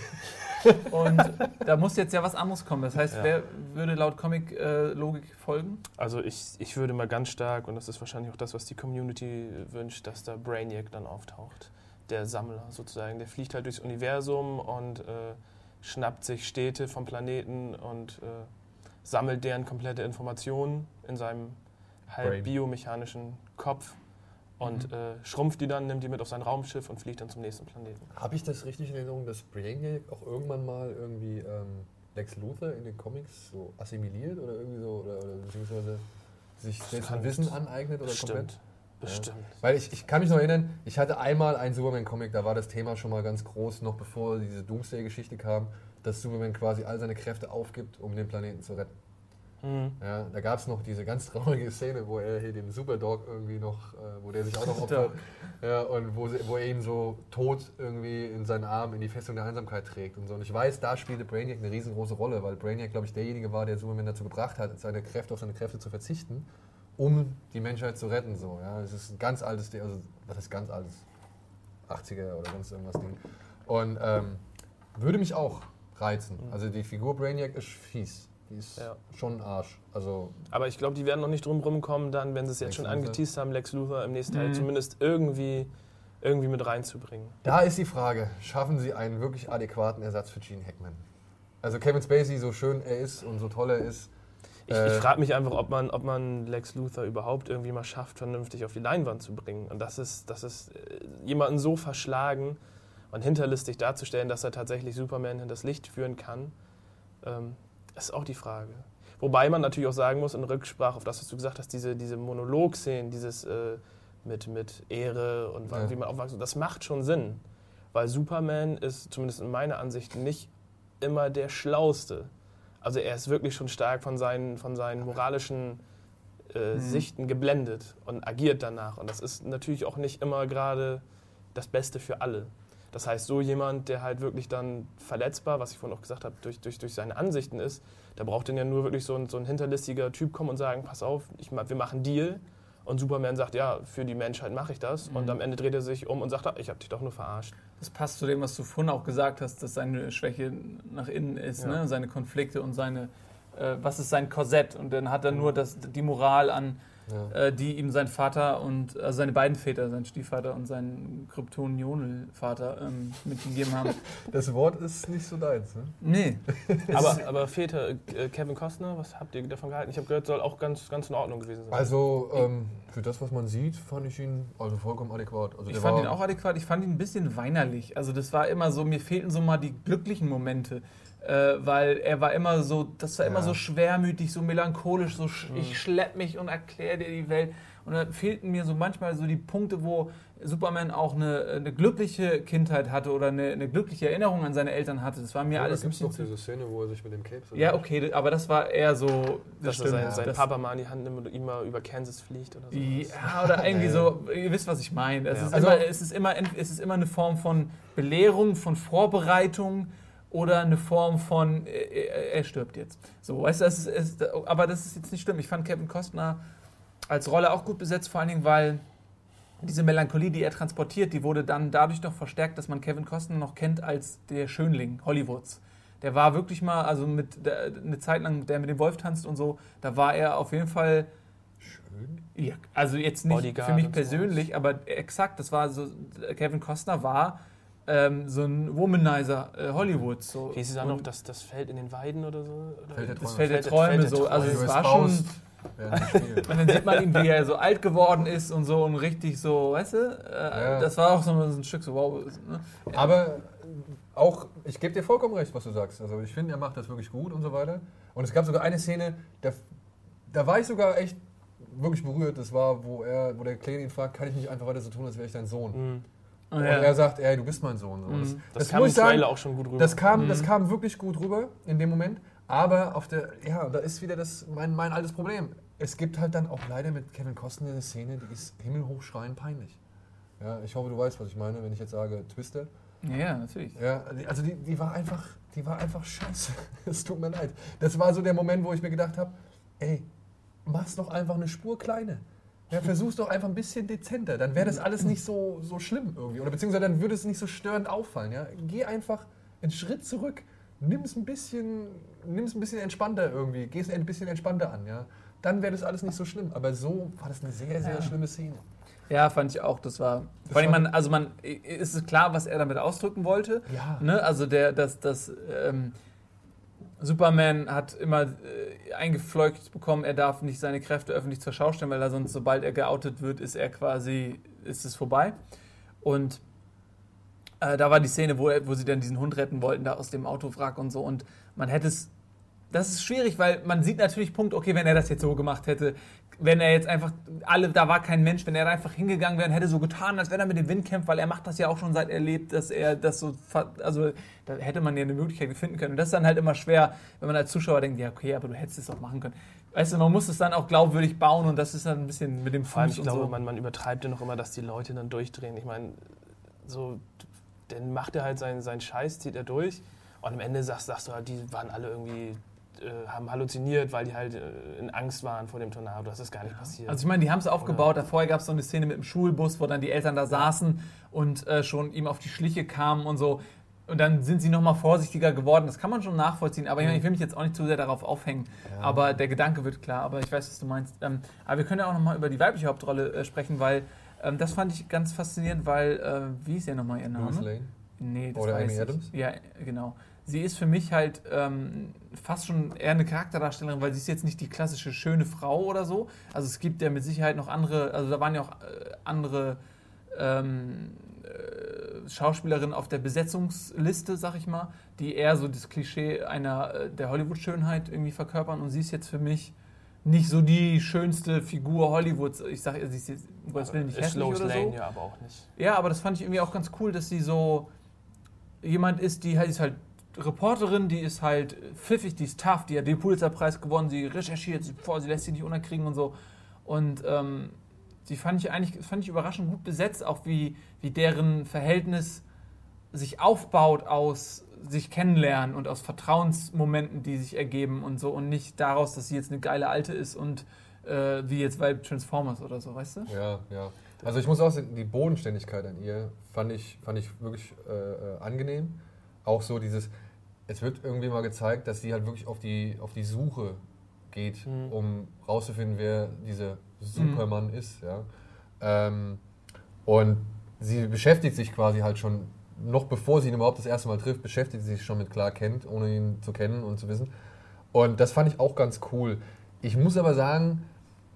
und da muss jetzt ja was anderes kommen. Das heißt, ja. wer würde laut Comic-Logik äh, folgen? Also ich, ich würde mal ganz stark, und das ist wahrscheinlich auch das, was die Community wünscht, dass da Brainiac dann auftaucht. Der Sammler sozusagen, der fliegt halt durchs Universum und äh, schnappt sich Städte vom Planeten und äh, sammelt deren komplette Informationen in seinem halb Brain. biomechanischen Kopf und mhm. äh, schrumpft die dann, nimmt die mit auf sein Raumschiff und fliegt dann zum nächsten Planeten. Habe ich das richtig in Erinnerung, dass Brainiac auch irgendwann mal irgendwie ähm, Lex Luthor in den Comics so assimiliert oder irgendwie so, oder, oder beziehungsweise sich selbst ein Wissen aneignet oder bestimmt. komplett? Bestimmt. Ja. Weil ich, ich kann mich noch erinnern, ich hatte einmal einen Superman-Comic, da war das Thema schon mal ganz groß, noch bevor diese Doomsday-Geschichte kam, dass Superman quasi all seine Kräfte aufgibt, um den Planeten zu retten. Mhm. Ja, da gab es noch diese ganz traurige Szene, wo er hier dem Superdog irgendwie noch, äh, wo der sich auch noch opfert, ja, und wo, wo er ihn so tot irgendwie in seinen Armen in die Festung der Einsamkeit trägt und so. Und ich weiß, da spielte Brainiac eine riesengroße Rolle, weil Brainiac, glaube ich, derjenige war, der Superman dazu gebracht hat, seine Kräfte auf seine Kräfte zu verzichten, um die Menschheit zu retten. So, ja. Es ist ein ganz altes Ding, also was ist ganz altes? achtziger oder sonst irgendwas Ding. Und ähm, würde mich auch reizen. Also die Figur Brainiac ist fies. Die ist ja. schon ein Arsch. Also aber ich glaube, die werden noch nicht drum rumkommen, dann, wenn sie es jetzt Lex schon angeteased haben, Lex Luthor im nächsten Teil mhm. zumindest irgendwie, irgendwie mit reinzubringen. Da ist die Frage, schaffen sie einen wirklich adäquaten Ersatz für Gene Hackman? Also Kevin Spacey, so schön er ist und so toll er ist. Ich, äh, ich frage mich einfach, ob man, ob man Lex Luthor überhaupt irgendwie mal schafft, vernünftig auf die Leinwand zu bringen. Und das ist, das ist äh, jemanden so verschlagen Und hinterlistig darzustellen, dass er tatsächlich Superman hinters Licht führen kann, ähm, ist auch die Frage. Wobei man natürlich auch sagen muss, in Rücksprache auf das, was du gesagt hast, diese, diese Monolog-Szenen, dieses äh, mit, mit Ehre und Ja. wie man aufwachsen, das macht schon Sinn. Weil Superman ist, zumindest in meiner Ansicht, nicht immer der Schlauste. Also er ist wirklich schon stark von seinen, von seinen moralischen äh, Mhm. Sichten geblendet und agiert danach. Und das ist natürlich auch nicht immer gerade das Beste für alle. Das heißt, so jemand, der halt wirklich dann verletzbar, was ich vorhin auch gesagt habe, durch, durch, durch seine Ansichten ist, da braucht dann ja nur wirklich so ein, so ein hinterlistiger Typ kommen und sagen, pass auf, ich, wir machen einen Deal. Und Superman sagt, ja, für die Menschheit mache ich das. Mhm. Und am Ende dreht er sich um und sagt, ah, ich habe dich doch nur verarscht. Das passt zu dem, was du vorhin auch gesagt hast, dass seine Schwäche nach innen ist, Ja. ne? Seine Konflikte und seine, äh, was ist sein Korsett? Und dann hat er nur das, die Moral an, Ja. äh, die ihm sein Vater und also seine beiden Väter, sein Stiefvater und sein Kryptonionel-Vater ähm, mitgegeben haben. Das Wort ist nicht so deins, ne? Nee. Aber, aber Väter, äh, Kevin Costner, was habt ihr davon gehalten? Ich habe gehört, soll auch ganz, ganz in Ordnung gewesen sein. Also, ähm, für das, was man sieht, fand ich ihn also vollkommen adäquat. Also Ich der fand war, ihn auch adäquat, ich fand ihn ein bisschen weinerlich. Also das war immer so, mir fehlten so mal die glücklichen Momente. Äh, weil er war immer so, das war immer Ja. so schwermütig, so melancholisch, so sch ich schlepp mich und erkläre dir die Welt. Und da fehlten mir so manchmal so die Punkte, wo Superman auch eine, eine glückliche Kindheit hatte oder eine, eine glückliche Erinnerung an seine Eltern hatte. Das war mir ja, alles da ein gibt's doch bisschen zu... diese Szene, wo er sich mit dem Cape so Ja, okay, aber das war eher so... dass er stimmt, sein, ja. sein Das- Papa mal in die Hand nimmt und ihm mal über Kansas fliegt oder so. Ja, oder irgendwie so, ihr wisst, was ich meine. Es, Ja. ist Also- immer, es, ist immer, es ist immer eine Form von Belehrung, von Vorbereitung oder eine Form von, er, er stirbt jetzt. So, weißt du, das ist, es, aber das ist jetzt nicht schlimm. Ich fand Kevin Costner als Rolle auch gut besetzt, vor allen Dingen, weil diese Melancholie, die er transportiert, die wurde dann dadurch noch verstärkt, dass man Kevin Costner noch kennt als der Schönling Hollywoods. Der war wirklich mal, also mit der, eine Zeit lang, der mit dem Wolf tanzt und so, da war er auf jeden Fall... schön. Ja, also jetzt nicht Bodyguard für mich und persönlich, aber exakt, das war so, Kevin Costner war ähm, so ein Womanizer äh, Hollywoods. So. Hieß es dann Und noch das, das Feld in den Weiden oder so? Oder? Feld der das Träume. Feld der Feld der- Träume, Feld der so. Also Träume. es Wenn war du schon... baust, werden die spielen. Und dann sieht man ihn, wie er so alt geworden ist und so und richtig so, weißt du? Äh, Ja. Das war auch so ein Stück so, wow. Ne? Aber auch, ich gebe dir vollkommen recht, was du sagst. Also ich finde, er macht das wirklich gut und so weiter. Und es gab sogar eine Szene, da, da war ich sogar echt wirklich berührt. Das war, wo, er, wo der Kleine ihn fragt, kann ich nicht einfach weiter so tun, als wäre ich dein Sohn? Mhm. Oh, Und ja. er sagt, ey, du bist mein Sohn. So. Mhm. Das, Das, das kam muss im ich sagen, Trailer auch schon gut rüber. das kam, Mhm. das kam wirklich gut rüber in dem Moment. Aber auf der, ja, da ist wieder das, mein, mein altes Problem. Es gibt halt dann auch leider mit Kevin Costner eine Szene, die ist himmelhochschreiend peinlich. Ja, ich hoffe, du weißt, was ich meine, wenn ich jetzt sage Twister. Ja, ja, natürlich. Ja, die- also die, die war einfach, die war einfach scheiße. Es tut mir leid. Das war so der Moment, wo ich mir gedacht habe, ey, mach's doch einfach eine Spur kleiner. Ja, versuch's doch einfach ein bisschen dezenter. Dann wäre das alles nicht so, so schlimm irgendwie. Oder beziehungsweise dann würde es nicht so störend auffallen. Ja? Geh einfach einen Schritt zurück. Nimm es ein bisschen, nimm es ein bisschen entspannter irgendwie. Geh es ein bisschen entspannter an. Ja? Dann wäre das alles nicht so schlimm. Aber so war das eine sehr, sehr Ja. schlimme Szene. Ja, fand ich auch. Das war. Das Vor allem, war- man, also man, ist es klar, was er damit ausdrücken wollte. Ja. Ne? Also der, das, das ähm, Superman hat immer äh, eingefleucht bekommen, er darf nicht seine Kräfte öffentlich zur Schau stellen, weil er sonst, sobald er geoutet wird, ist er quasi, ist es vorbei. Und äh, da war die Szene, wo, er, wo sie dann diesen Hund retten wollten, da aus dem Autowrack und so. Und man hätte es, das ist schwierig, weil man sieht natürlich Punkt, okay, wenn er das jetzt so gemacht hätte, wenn er jetzt einfach, alle, da war kein Mensch, wenn er da einfach hingegangen wäre und hätte so getan, als wenn er mit dem Wind kämpft, weil er macht das ja auch schon seit er lebt, dass er das so, fa- also da hätte man ja eine Möglichkeit finden können. Und das ist dann halt immer schwer, wenn man als Zuschauer denkt, ja okay, aber du hättest es auch machen können. Weißt du, man muss es dann auch glaubwürdig bauen und das ist dann ein bisschen mit dem Vor allem, Fuß ich und glaube, so. man, man übertreibt ja noch immer, dass die Leute dann durchdrehen. Ich meine, so, dann macht er halt seinen, seinen Scheiß, zieht er durch und am Ende sagst, sagst du halt, die waren alle irgendwie, äh, haben halluziniert, weil die halt äh, in Angst waren vor dem Tornado. Das ist gar nicht passiert. Also ich meine, die haben es aufgebaut, da vorher gab es so eine Szene mit dem Schulbus, wo dann die Eltern da saßen und äh, schon ihm auf die Schliche kamen und so. Und dann sind sie nochmal vorsichtiger geworden. Das kann man schon nachvollziehen. Aber ich, meine, ich will mich jetzt auch nicht zu sehr darauf aufhängen. Ja. Aber der Gedanke wird klar. Aber ich weiß, was du meinst. Ähm, aber wir können ja auch nochmal über die weibliche Hauptrolle äh, sprechen, weil ähm, das fand ich ganz faszinierend, weil, äh, wie ist ja nochmal ihr Name? Lois Lane. Nee, das Oder weiß Amy ich. Adams? Ja, genau. Sie ist für mich halt ähm, fast schon eher eine Charakterdarstellerin, weil sie ist jetzt nicht die klassische schöne Frau oder so. Also es gibt ja mit Sicherheit noch andere, also da waren ja auch äh, andere ähm, äh, Schauspielerin auf der Besetzungsliste, sag ich mal, die eher so das Klischee einer äh, der Hollywood-Schönheit irgendwie verkörpern. Und sie ist jetzt für mich nicht so die schönste Figur Hollywoods. Ich sage, sie ist jetzt, was will nicht hässlich oder Lane, so. ja, aber auch nicht. Ja, aber das fand ich irgendwie auch ganz cool, dass sie so jemand ist, die halt ist halt Reporterin, die ist halt pfiffig, die ist tough, die hat den Pulitzerpreis gewonnen, sie recherchiert, sie, boah, sie lässt sich nicht unterkriegen und so. Und ähm, die fand ich eigentlich fand ich überraschend gut besetzt, auch wie, wie deren Verhältnis sich aufbaut aus sich kennenlernen und aus Vertrauensmomenten, die sich ergeben und so und nicht daraus, dass sie jetzt eine geile Alte ist und äh, wie jetzt bei Transformers oder so, weißt du? Ja, ja. Also ich muss auch sagen, die Bodenständigkeit an ihr fand ich, fand ich wirklich äh, angenehm. Auch so dieses, es wird irgendwie mal gezeigt, dass sie halt wirklich auf die, auf die Suche geht, mhm. um rauszufinden, wer dieser Superman mhm. ist. Ja. Ähm, und sie beschäftigt sich quasi halt schon, noch bevor sie ihn überhaupt das erste Mal trifft, beschäftigt sie sich schon mit Clark Kent, ohne ihn zu kennen und zu wissen. Und das fand ich auch ganz cool. Ich muss aber sagen,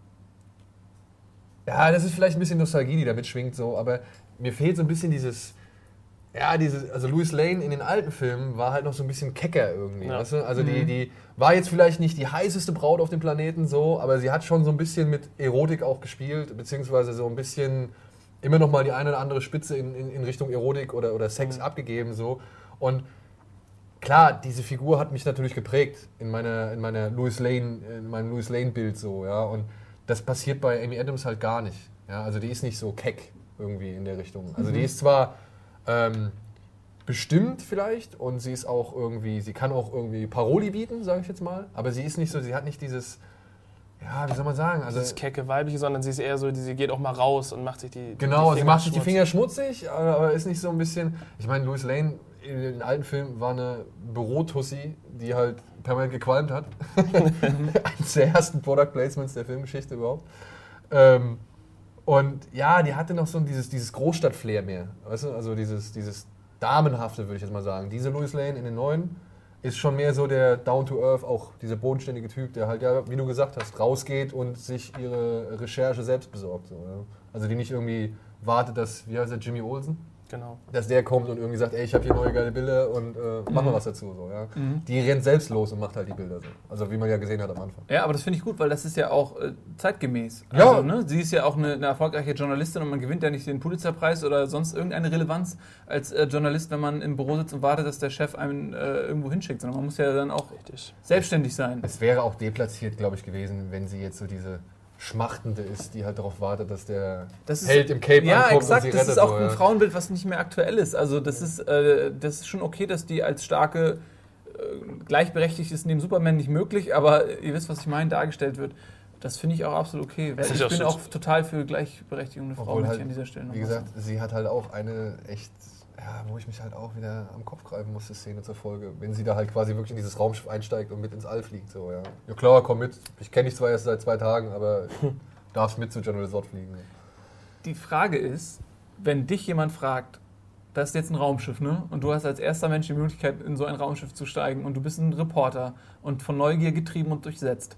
ja, das ist vielleicht ein bisschen Nostalgie, die da mitschwingt, so, aber mir fehlt so ein bisschen dieses, ja, dieses, also Lois Lane in den alten Filmen war halt noch so ein bisschen kecker irgendwie, ja. weißt du? Also mhm. die, die war jetzt vielleicht nicht die heißeste Braut auf dem Planeten, so, aber sie hat schon so ein bisschen mit Erotik auch gespielt, beziehungsweise so ein bisschen immer noch mal die eine oder andere Spitze in, in, in Richtung Erotik oder, oder Sex mhm. abgegeben, so. Und klar, diese Figur hat mich natürlich geprägt in meiner, in meiner Lois Lane, in meinem Lois Lane-Bild, so, ja, und das passiert bei Amy Adams halt gar nicht. Ja? Also die ist nicht so keck irgendwie in der Richtung. Also mhm. die ist zwar ähm, bestimmt vielleicht und sie ist auch irgendwie, sie kann auch irgendwie Paroli bieten, sage ich jetzt mal, aber sie ist nicht so, sie hat nicht dieses, ja, wie soll man sagen? Also dieses kecke Weibliche, sondern sie ist eher so, sie geht auch mal raus und macht sich die, die Genau, die sie macht sich die Finger schmutzig, aber ist nicht so ein bisschen, ich meine, Lois Lane in den alten Filmen war eine Bürotussi, die halt permanent gequalmt hat. Eines der ersten Product Placements der Filmgeschichte überhaupt. Ähm, und ja, die hatte noch so dieses, dieses Großstadt-Flair mehr. Weißt du? Also dieses, dieses Damenhafte, würde ich jetzt mal sagen. Diese Lois Lane in den neuen ist schon mehr so der Down-to-Earth, auch dieser bodenständige Typ, der halt, ja, wie du gesagt hast, rausgeht und sich ihre Recherche selbst besorgt. So, ja? Also die nicht irgendwie wartet, dass, wie heißt der, Jimmy Olsen? Genau. Dass der kommt und irgendwie sagt, ey, ich habe hier neue geile Bilder und äh, mach mal was dazu. So, ja? Mhm. Die rennt selbst los und macht halt die Bilder. So. Also wie man ja gesehen hat am Anfang. Ja, aber das finde ich gut, weil das ist ja auch äh, zeitgemäß. Ja. Also, ne, sie ist ja auch eine, eine erfolgreiche Journalistin und man gewinnt ja nicht den Pulitzerpreis oder sonst irgendeine Relevanz als äh, Journalist, wenn man im Büro sitzt und wartet, dass der Chef einen äh, irgendwo hinschickt. Sondern man muss ja dann auch Richtig. selbstständig sein. Es wäre auch deplatziert, glaube ich, gewesen, wenn sie jetzt so diese Schmachtende ist, die halt darauf wartet, dass der das ist, Held im Cape ja, ankommt exakt, und sie das rettet. ist auch so, ein ja. Frauenbild, was nicht mehr aktuell ist. Also das ist, äh, das ist schon okay, dass die als starke, äh, gleichberechtigt ist neben Superman nicht möglich, aber ihr wisst, was ich meine, dargestellt wird. Das finde ich auch absolut okay. Ich, ich bin auch total für Gleichberechtigung der Frau halt, an dieser Stelle. Wie gesagt, sie hat halt auch eine echt, ja, wo ich mich halt auch wieder am Kopf greifen musste, Szene zur Folge. Wenn sie da halt quasi wirklich in dieses Raumschiff einsteigt und mit ins All fliegt. So, ja. Ja klar, komm mit. Ich kenne dich zwar erst seit zwei Tagen, aber darfst mit zu General Zod fliegen. Die Frage ist, wenn dich jemand fragt, das ist jetzt ein Raumschiff, ne? Und du hast als erster Mensch die Möglichkeit, in so ein Raumschiff zu steigen und du bist ein Reporter und von Neugier getrieben und durchsetzt.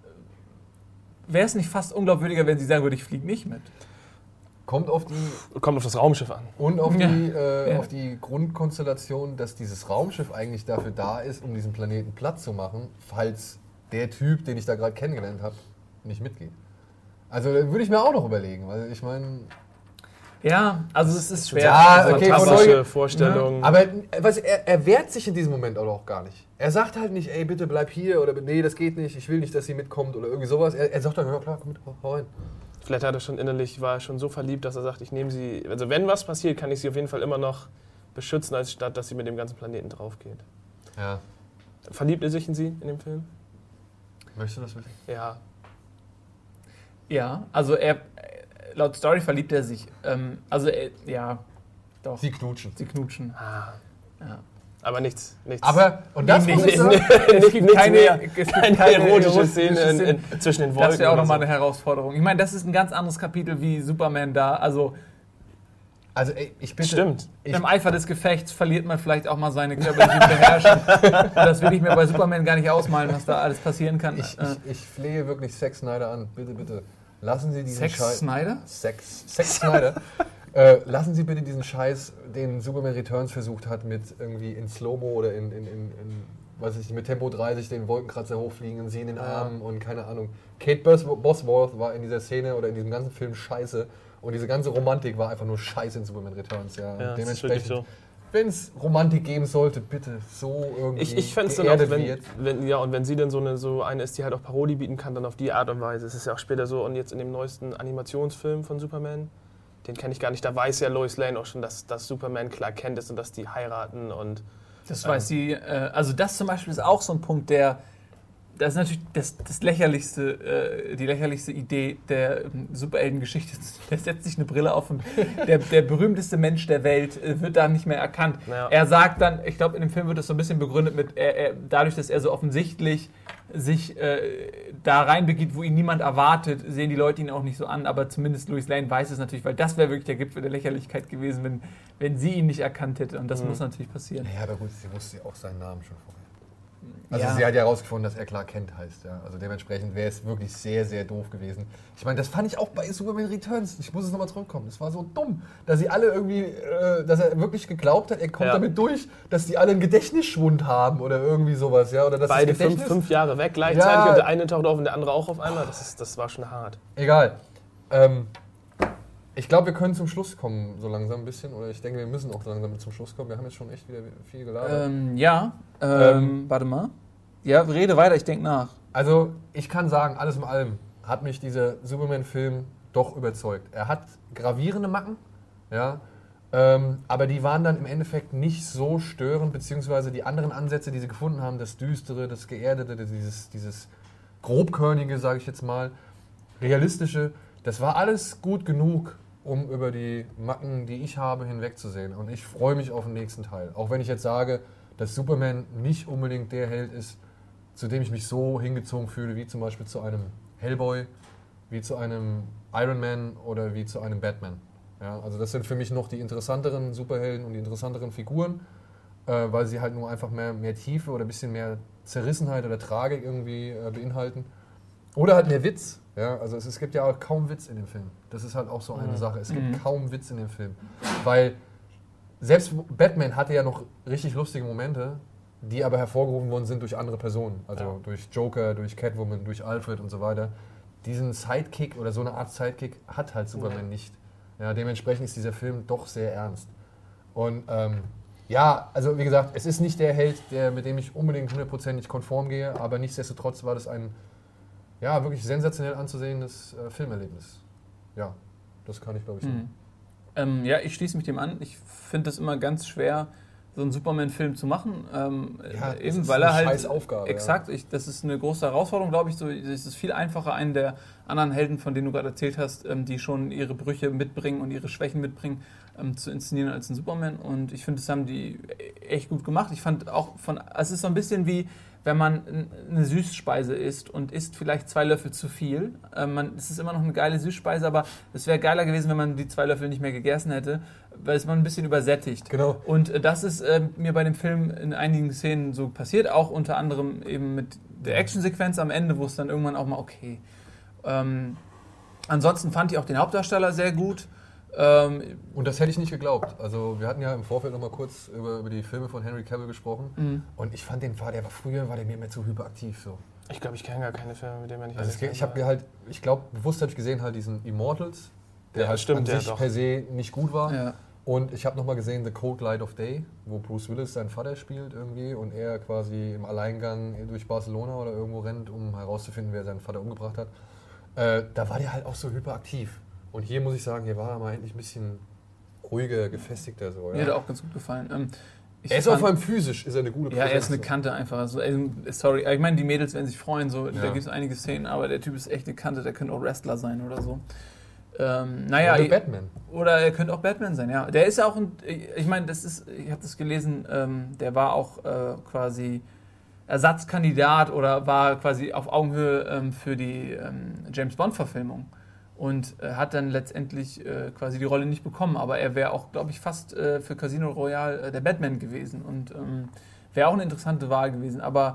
Wäre es nicht fast unglaubwürdiger, wenn sie sagen würde, ich fliege nicht mit? Kommt auf die Kommt auf das Raumschiff an. Und auf, ja. die, äh, ja. auf die Grundkonstellation, dass dieses Raumschiff eigentlich dafür da ist, um diesen Planeten platt zu machen, falls der Typ, den ich da gerade kennengelernt habe, nicht mitgeht. Also würde ich mir auch noch überlegen, weil ich meine... Ja, also es ist schwer. Ja, okay, fantastische Vorstellungen. Ja, aber was, er, er wehrt sich in diesem Moment auch gar nicht. Er sagt halt nicht, ey, bitte bleib hier oder nee, das geht nicht, ich will nicht, dass sie mitkommt oder irgendwie sowas. Er, er sagt dann, ja klar, komm mit, hau rein. Vielleicht hat er schon innerlich, war er schon so verliebt, dass er sagt, ich nehme sie, also wenn was passiert, kann ich sie auf jeden Fall immer noch beschützen, als statt, dass sie mit dem ganzen Planeten drauf geht. Ja. Verliebt er sich in sie in dem Film? Möchtest du das wissen? Ja. Ja, also er, laut Story verliebt er sich. Ähm, also er, ja, doch. Sie knutschen. Sie knutschen. Ah. Ja. Aber nichts, nichts. Aber, und das muss ich sagen, es gibt keine, es gibt keine, keine erotische Szene in, in, zwischen den Wolken. Das wäre auch nochmal so. eine Herausforderung. Ich meine, das ist ein ganz anderes Kapitel wie Superman da. Also, also ey, ich bitte... Stimmt. Ich, im Eifer des Gefechts verliert man vielleicht auch mal seine körperliche Beherrschung. Und das will ich mir bei Superman gar nicht ausmalen, was da alles passieren kann. Ich, ich, ich flehe wirklich Zack Snyder an. Bitte, bitte. Lassen Sie diesen Zack Scheiß... Snyder? Sex, Zack Snyder. Äh, lassen Sie bitte diesen Scheiß, den Superman Returns versucht hat, mit irgendwie in Slow-Mo oder in, in, in, in weiß ich nicht, mit Tempo dreißig den Wolkenkratzer hochfliegen und sie in den Armen und keine Ahnung. Kate Bos- Bosworth war in dieser Szene oder in diesem ganzen Film scheiße und diese ganze Romantik war einfach nur scheiße in Superman Returns. Ja. Ja, und dementsprechend, so. Wenn es Romantik geben sollte, bitte so irgendwie Ich, ich fände es dann auch, wenn, wenn, ja, und wenn sie dann so eine, so eine ist, die halt auch Parodie bieten kann, dann auf die Art und Weise. Es ist ja auch später so, und jetzt in dem neuesten Animationsfilm von Superman, den kenne ich gar nicht, da weiß ja Lois Lane auch schon, dass, dass Superman Clark Kent ist und dass die heiraten und... Das ähm, weiß sie, äh, also das zum Beispiel ist auch so ein Punkt, der, das ist natürlich das, das lächerlichste, äh, die lächerlichste Idee der ähm, Superheldengeschichte. Der setzt sich eine Brille auf und der, der berühmteste Mensch der Welt äh, wird da nicht mehr erkannt. Naja. Er sagt dann, ich glaube in dem Film wird das so ein bisschen begründet mit, er, er, dadurch, dass er so offensichtlich sich äh, da reinbegibt, wo ihn niemand erwartet, sehen die Leute ihn auch nicht so an, aber zumindest Lois Lane weiß es natürlich, weil das wäre wirklich der Gipfel der Lächerlichkeit gewesen, wenn, wenn sie ihn nicht erkannt hätte und das mhm. muss natürlich passieren. Ja, aber gut, sie wusste ja auch seinen Namen schon vorher. Also ja. sie hat ja herausgefunden, dass er Clark Kent heißt. Ja. Also dementsprechend wäre es wirklich sehr, sehr doof gewesen. Ich meine, das fand ich auch bei Superman Returns. Ich muss es nochmal zurückkommen. Es war so dumm, dass sie alle irgendwie, äh, dass er wirklich geglaubt hat, er kommt ja. damit durch, dass die alle einen Gedächtnisschwund haben oder irgendwie sowas. Ja. Oder dass Beide das Gedächtnis fünf, fünf Jahre weg gleichzeitig ja. und der eine taucht auf und der andere auch auf einmal. Das, ist, das war schon hart. Egal. Ähm, ich glaube, wir können zum Schluss kommen, so langsam ein bisschen. Oder ich denke, wir müssen auch so langsam zum Schluss kommen. Wir haben jetzt schon echt wieder viel gelabert. Ähm, ja, ähm, Ähm, warte mal. Ja, rede weiter, ich denke nach. Also, ich kann sagen, alles in allem hat mich dieser Superman-Film doch überzeugt. Er hat gravierende Macken, ja, ähm, aber die waren dann im Endeffekt nicht so störend, beziehungsweise die anderen Ansätze, die sie gefunden haben, das Düstere, das Geerdete, dieses, dieses Grobkörnige, sage ich jetzt mal, Realistische, das war alles gut genug, um über die Macken, die ich habe, hinwegzusehen. Und ich freue mich auf den nächsten Teil. Auch wenn ich jetzt sage, dass Superman nicht unbedingt der Held ist, zu dem ich mich so hingezogen fühle, wie zum Beispiel zu einem Hellboy, wie zu einem Iron Man oder wie zu einem Batman. Ja, also das sind für mich noch die interessanteren Superhelden und die interessanteren Figuren, äh, weil sie halt nur einfach mehr, mehr Tiefe oder ein bisschen mehr Zerrissenheit oder Tragik irgendwie äh, beinhalten. Oder halt mehr Witz. Ja, also es, es gibt ja auch kaum Witz in dem Film. Das ist halt auch so eine Mhm. Sache. Es gibt Mhm. kaum Witz in dem Film. Weil selbst Batman hatte ja noch richtig lustige Momente, die aber hervorgerufen worden sind durch andere Personen. Also Ja. durch Joker, durch Catwoman, durch Alfred und so weiter. Diesen Sidekick oder so eine Art Sidekick hat halt Superman Ja. nicht. Ja, dementsprechend ist dieser Film doch sehr ernst. Und ähm, ja, also wie gesagt, es ist nicht der Held, der, mit dem ich unbedingt hundertprozentig konform gehe, aber nichtsdestotrotz war das ein ja, wirklich sensationell anzusehendes äh, Filmerlebnis. Ja, das kann ich glaube ich sagen. Mhm. Ähm, ja, ich schließe mich dem an. Ich finde es immer ganz schwer, so einen Superman-Film zu machen. Ähm, Ja, das eben, ist weil eine er halt. scheiß Aufgabe, Exakt, ich, das ist eine große Herausforderung, glaube ich. So, es ist viel einfacher, einen der anderen Helden, von denen du gerade erzählt hast, ähm, die schon ihre Brüche mitbringen und ihre Schwächen mitbringen, ähm, zu inszenieren als ein Superman. Und ich finde, das haben die echt gut gemacht. Ich fand auch von. Es ist so ein bisschen wie, wenn man eine Süßspeise isst und isst vielleicht zwei Löffel zu viel. Äh, man, es ist immer noch eine geile Süßspeise, aber es wäre geiler gewesen, wenn man die zwei Löffel nicht mehr gegessen hätte, weil es man ein bisschen übersättigt. Genau. Und äh, das ist äh, mir bei dem Film in einigen Szenen so passiert, auch unter anderem eben mit der Actionsequenz am Ende, wo es dann irgendwann auch mal okay. Ähm, ansonsten fand ich auch den Hauptdarsteller sehr gut. Ähm, Und das hätte ich nicht geglaubt. Also wir hatten ja im Vorfeld noch mal kurz über, über die Filme von Henry Cavill gesprochen. Mhm. Und ich fand den, war, der war früher war der mir immer zu hyperaktiv so. Ich glaube, ich kenne gar keine Filme, mit denen man nicht Also es, ich habe mir halt, ich glaube, bewusst habe ich gesehen halt diesen Immortals, der Ja, halt stimmt, an der sich doch. per se nicht gut war. ja. Und ich habe noch mal gesehen The Cold Light of Day, wo Bruce Willis seinen Vater spielt irgendwie und er quasi im Alleingang durch Barcelona oder irgendwo rennt, um herauszufinden, wer seinen Vater umgebracht hat. Äh, da war der halt auch so hyperaktiv. Und hier muss ich sagen, hier war er mal endlich ein bisschen ruhiger, gefestigter so. Mir hat er auch ganz gut gefallen. Ähm, ich Er ist fand- auch vor allem physisch, ist er eine gute Ja, er ist eine so. Kante einfach. Also, ey, sorry, ich meine, die Mädels werden sich freuen, so, da Ja. gibt es einige Szenen, aber der Typ ist echt eine Kante, der könnte auch Wrestler sein oder so. Ähm, naja, Oder ich- Batman. Oder er könnte auch Batman sein, ja. Der ist ja auch ein, ich meine, das ist, ich habe das gelesen, ähm, der war auch äh, quasi Ersatzkandidat oder war quasi auf Augenhöhe ähm, für die ähm, James Bond-Verfilmung. Und äh, hat dann letztendlich äh, quasi die Rolle nicht bekommen. Aber er wäre auch, glaube ich, fast äh, für Casino Royale äh, der Batman gewesen. Und ähm, wäre auch eine interessante Wahl gewesen. Aber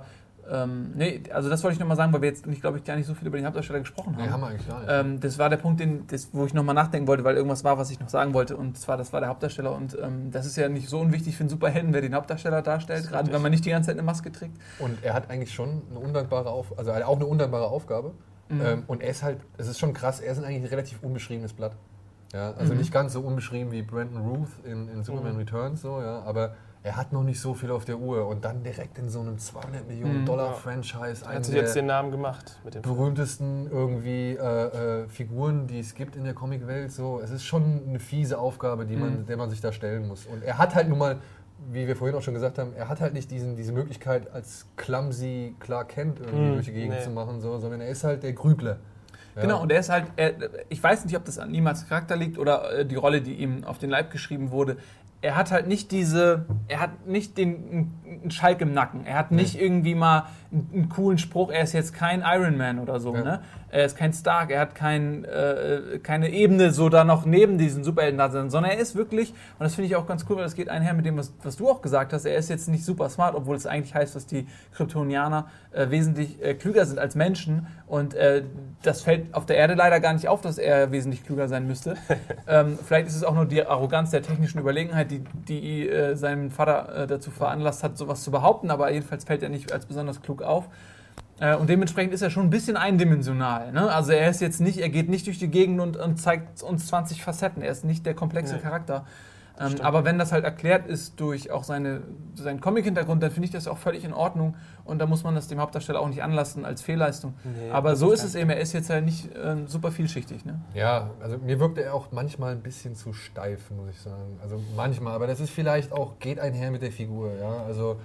Ähm, nee, also das wollte ich nochmal sagen, weil wir jetzt, ich glaube ich, gar nicht so viel über den Hauptdarsteller gesprochen haben. Nee, haben wir eigentlich gar nicht. Ähm, das war der Punkt, den, das, wo ich nochmal nachdenken wollte, weil irgendwas war, was ich noch sagen wollte. Und zwar, das war der Hauptdarsteller. Und ähm, das ist ja nicht so unwichtig für einen Superhelden, wer den Hauptdarsteller darstellt, gerade wenn man nicht die ganze Zeit eine Maske trägt. Und er hat eigentlich schon eine undankbare Aufgabe, also auch eine undankbare Aufgabe. Mhm. Ähm, und er ist halt, es ist schon krass, er ist eigentlich ein relativ unbeschriebenes Blatt. Ja, also mhm. nicht ganz so unbeschrieben wie Brandon Routh in, in Superman mhm. Returns, so, ja, aber er hat noch nicht so viel auf der Uhr und dann direkt in so einem zweihundert Millionen Dollar mhm. Franchise. Hat sich jetzt den Namen gemacht mit dem berühmtesten irgendwie äh, äh, Figuren, die es gibt in der Comicwelt. So, es ist schon eine fiese Aufgabe, die man, mhm. der man sich da stellen muss. Und er hat halt nun mal, wie wir vorhin auch schon gesagt haben, er hat halt nicht diesen, diese Möglichkeit als clumsy Clark Kent irgendwie mhm. durch die Gegend nee. zu machen, so, sondern er ist halt der Grübler. Ja. Genau, und er ist halt, er, ich weiß nicht, ob das an ihm als Charakter liegt oder äh, die Rolle, die ihm auf den Leib geschrieben wurde. Er hat halt nicht diese, er hat nicht den einen Schalk im Nacken. Er hat nicht nee. irgendwie mal einen, einen coolen Spruch. Er ist jetzt kein Iron Man oder so. Ja. Ne? Er ist kein Stark. Er hat kein, äh, keine Ebene so da noch neben diesen Superhelden da sind, sondern er ist wirklich, und das finde ich auch ganz cool, weil das geht einher mit dem, was, was du auch gesagt hast. Er ist jetzt nicht super smart, obwohl es eigentlich heißt, dass die Kryptonianer äh, wesentlich äh, klüger sind als Menschen. Und äh, das fällt auf der Erde leider gar nicht auf, dass er wesentlich klüger sein müsste. ähm, vielleicht ist es auch nur die Arroganz der technischen Überlegenheit, die, die äh, seinen Vater äh, dazu veranlasst hat, sowas zu behaupten, aber jedenfalls fällt er nicht als besonders klug auf. Äh, und dementsprechend ist er schon ein bisschen eindimensional. Ne? Also er ist jetzt nicht, er geht nicht durch die Gegend und, und zeigt uns zwanzig Facetten. Er ist nicht der komplexe nee. Charakter. Ähm, aber wenn das halt erklärt ist durch auch seine, seinen Comic-Hintergrund, dann finde ich das auch völlig in Ordnung und da muss man das dem Hauptdarsteller auch nicht anlassen als Fehlleistung. Nee, aber so ist es eben, er ist jetzt halt nicht äh, super vielschichtig. Ne? Ja, also mir wirkt er auch manchmal ein bisschen zu steif, muss ich sagen. Also manchmal, aber das ist vielleicht auch, geht einher mit der Figur. Ja? Also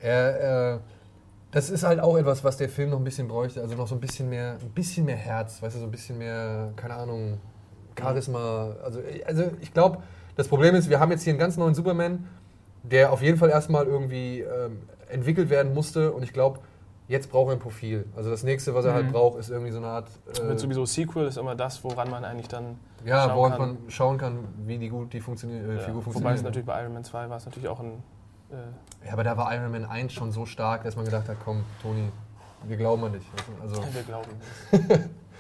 er, äh, das ist halt auch etwas, was der Film noch ein bisschen bräuchte, also noch so ein bisschen mehr, ein bisschen mehr Herz, weißt du, so ein bisschen mehr, keine Ahnung, Charisma. Also, also ich glaube, das Problem ist, wir haben jetzt hier einen ganz neuen Superman, der auf jeden Fall erstmal irgendwie ähm, entwickelt werden musste und ich glaube, jetzt braucht er ein Profil. Also das nächste, was er mhm. halt braucht, ist irgendwie so eine Art... Äh, Mit sowieso Sequel ist immer das, woran man eigentlich dann ja, schauen woran kann. man schauen kann, wie die gut die funktionier- äh, ja, Figur funktioniert. Wobei es natürlich bei Iron Man zwei war es natürlich auch ein... Äh ja, aber da war Iron Man eins schon so stark, dass man gedacht hat, komm, Toni, wir glauben an dich. Also, wir glauben nicht.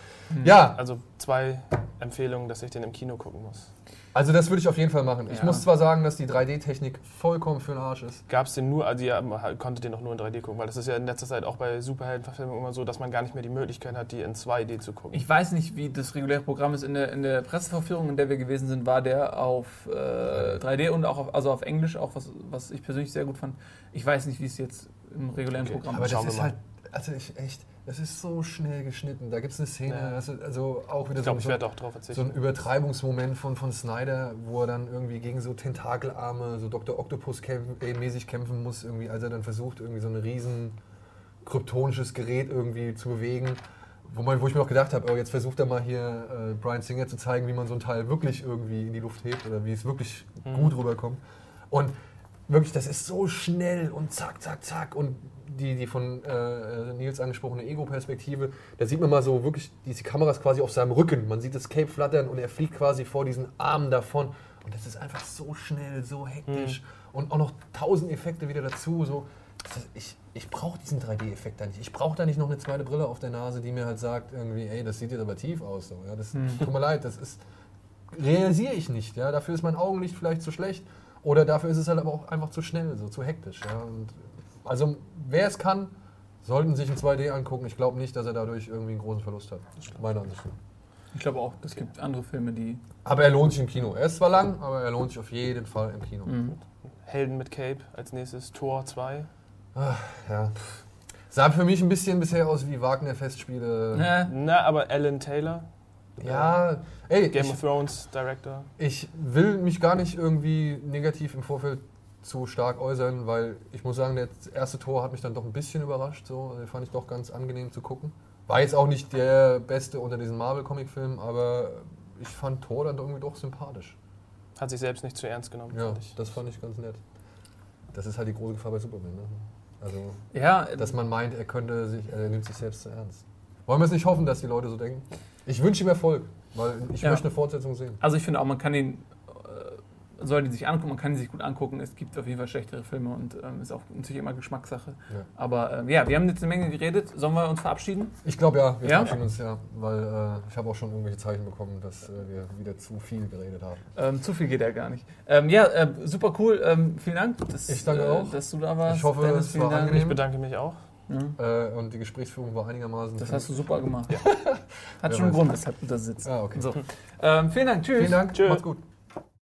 Ja. Also zwei Empfehlungen, dass ich den im Kino gucken muss. Also das würde ich auf jeden Fall machen. Ich Ja. muss zwar sagen, dass die drei D-Technik vollkommen für den Arsch ist. Gab es den nur, also ihr konntet den auch nur in drei D gucken, weil das ist ja in letzter Zeit auch bei Superheldenverfilmungen immer so, dass man gar nicht mehr die Möglichkeit hat, die in zwei D zu gucken. Ich weiß nicht, wie das reguläre Programm ist. In der, in der Pressevorführung, in der wir gewesen sind, war der auf äh, drei D und auch auf, also auf Englisch, auch was, was ich persönlich sehr gut fand. Ich weiß nicht, wie es jetzt im regulären Okay, Programm Aber ist. das Schauen wir ist mal. halt, also ich echt, das ist so schnell geschnitten. Da gibt es eine Szene, Ja. das ist also auch wieder Ich glaube, so, ich werde auch drauf so verzichten. ein Übertreibungsmoment von, von Snyder, wo er dann irgendwie gegen so Tentakelarme, so Doktor Octopus kämpfen, äh, mäßig kämpfen muss, irgendwie, als er dann versucht, irgendwie so ein riesen kryptonisches Gerät irgendwie zu bewegen. Wo, man, wo ich mir auch gedacht habe, oh, jetzt versucht er mal hier äh, Bryan Singer zu zeigen, wie man so ein Teil wirklich irgendwie in die Luft hebt oder wie es wirklich Mhm. gut rüberkommt. Und wirklich, das ist so schnell und zack, zack, zack. Und die, die von äh, Nils angesprochene Ego-Perspektive, da sieht man mal so wirklich, diese Kamera ist quasi auf seinem Rücken. Man sieht das Cape flattern und er fliegt quasi vor diesen Armen davon. Und das ist einfach so schnell, so hektisch. Mhm. Und auch noch tausend Effekte wieder dazu. So. Das ist, ich ich brauche diesen drei D-Effekt da nicht. Ich brauche da nicht noch eine zweite Brille auf der Nase, die mir halt sagt, irgendwie, ey, das sieht jetzt aber tief aus. So. Ja, das, Mhm. Tut mir leid, das ist, realisiere ich nicht. Ja? Dafür ist mein Augenlicht vielleicht zu schlecht. Oder dafür ist es halt aber auch einfach zu schnell, so zu hektisch. Ja? Und also wer es kann, sollten sich in zwei D angucken. Ich glaube nicht, dass er dadurch irgendwie einen großen Verlust hat. Meiner Ansicht nach. Ich glaube auch, es gibt andere Filme, die... Aber er lohnt sich im Kino. Er ist zwar lang, aber er lohnt sich auf jeden Fall im Kino. Mhm. Helden mit Cape als nächstes, Tor zwei. Ach, ja. Sah für mich ein bisschen bisher aus wie Wagner-Festspiele. Ja. Na, aber Alan Taylor, Ja, ey, Game ich, of Thrones Director. ich will mich gar nicht irgendwie negativ im Vorfeld zu stark äußern, weil ich muss sagen, das erste Tor hat mich dann doch ein bisschen überrascht. So. Den fand ich doch ganz angenehm zu gucken. War jetzt auch nicht der beste unter diesen Marvel-Comic-Filmen, aber ich fand Thor dann irgendwie doch sympathisch. Hat sich selbst nicht zu ernst genommen, Ja, fand ich. das fand ich ganz nett. Das ist halt die große Gefahr bei Superman. Ne? Also, Ja, dass man meint, er könnte sich, er nimmt sich selbst zu ernst. Wollen wir es nicht hoffen, dass die Leute so denken? Ich wünsche ihm Erfolg, weil ich Ja. möchte eine Fortsetzung sehen. also ich finde auch, man kann ihn... äh, soll die sich angucken, man kann die sich gut angucken. Es gibt auf jeden Fall schlechtere Filme und ähm, ist auch natürlich immer Geschmackssache. Ja. Aber ähm, ja, wir haben jetzt eine Menge geredet. Sollen wir uns verabschieden? Ich glaube ja, wir ja? verabschieden uns ja, weil äh, ich habe auch schon irgendwelche Zeichen bekommen, dass äh, wir wieder zu viel geredet haben. Ähm, zu viel geht ja gar nicht. Ähm, ja, äh, super cool. Ähm, vielen Dank, dass, ich danke äh, auch. dass du da warst. Ich hoffe, Dennis, es war Dank. angenehm. Ich bedanke mich auch. Ja. Äh, und die Gesprächsführung war einigermaßen... Das hast du super gemacht. Ja. Hat schon einen Grund, weshalb du da sitzt. Ah, okay. So. Ähm, vielen Dank, tschüss. Vielen Dank, Tschüss. Macht's gut.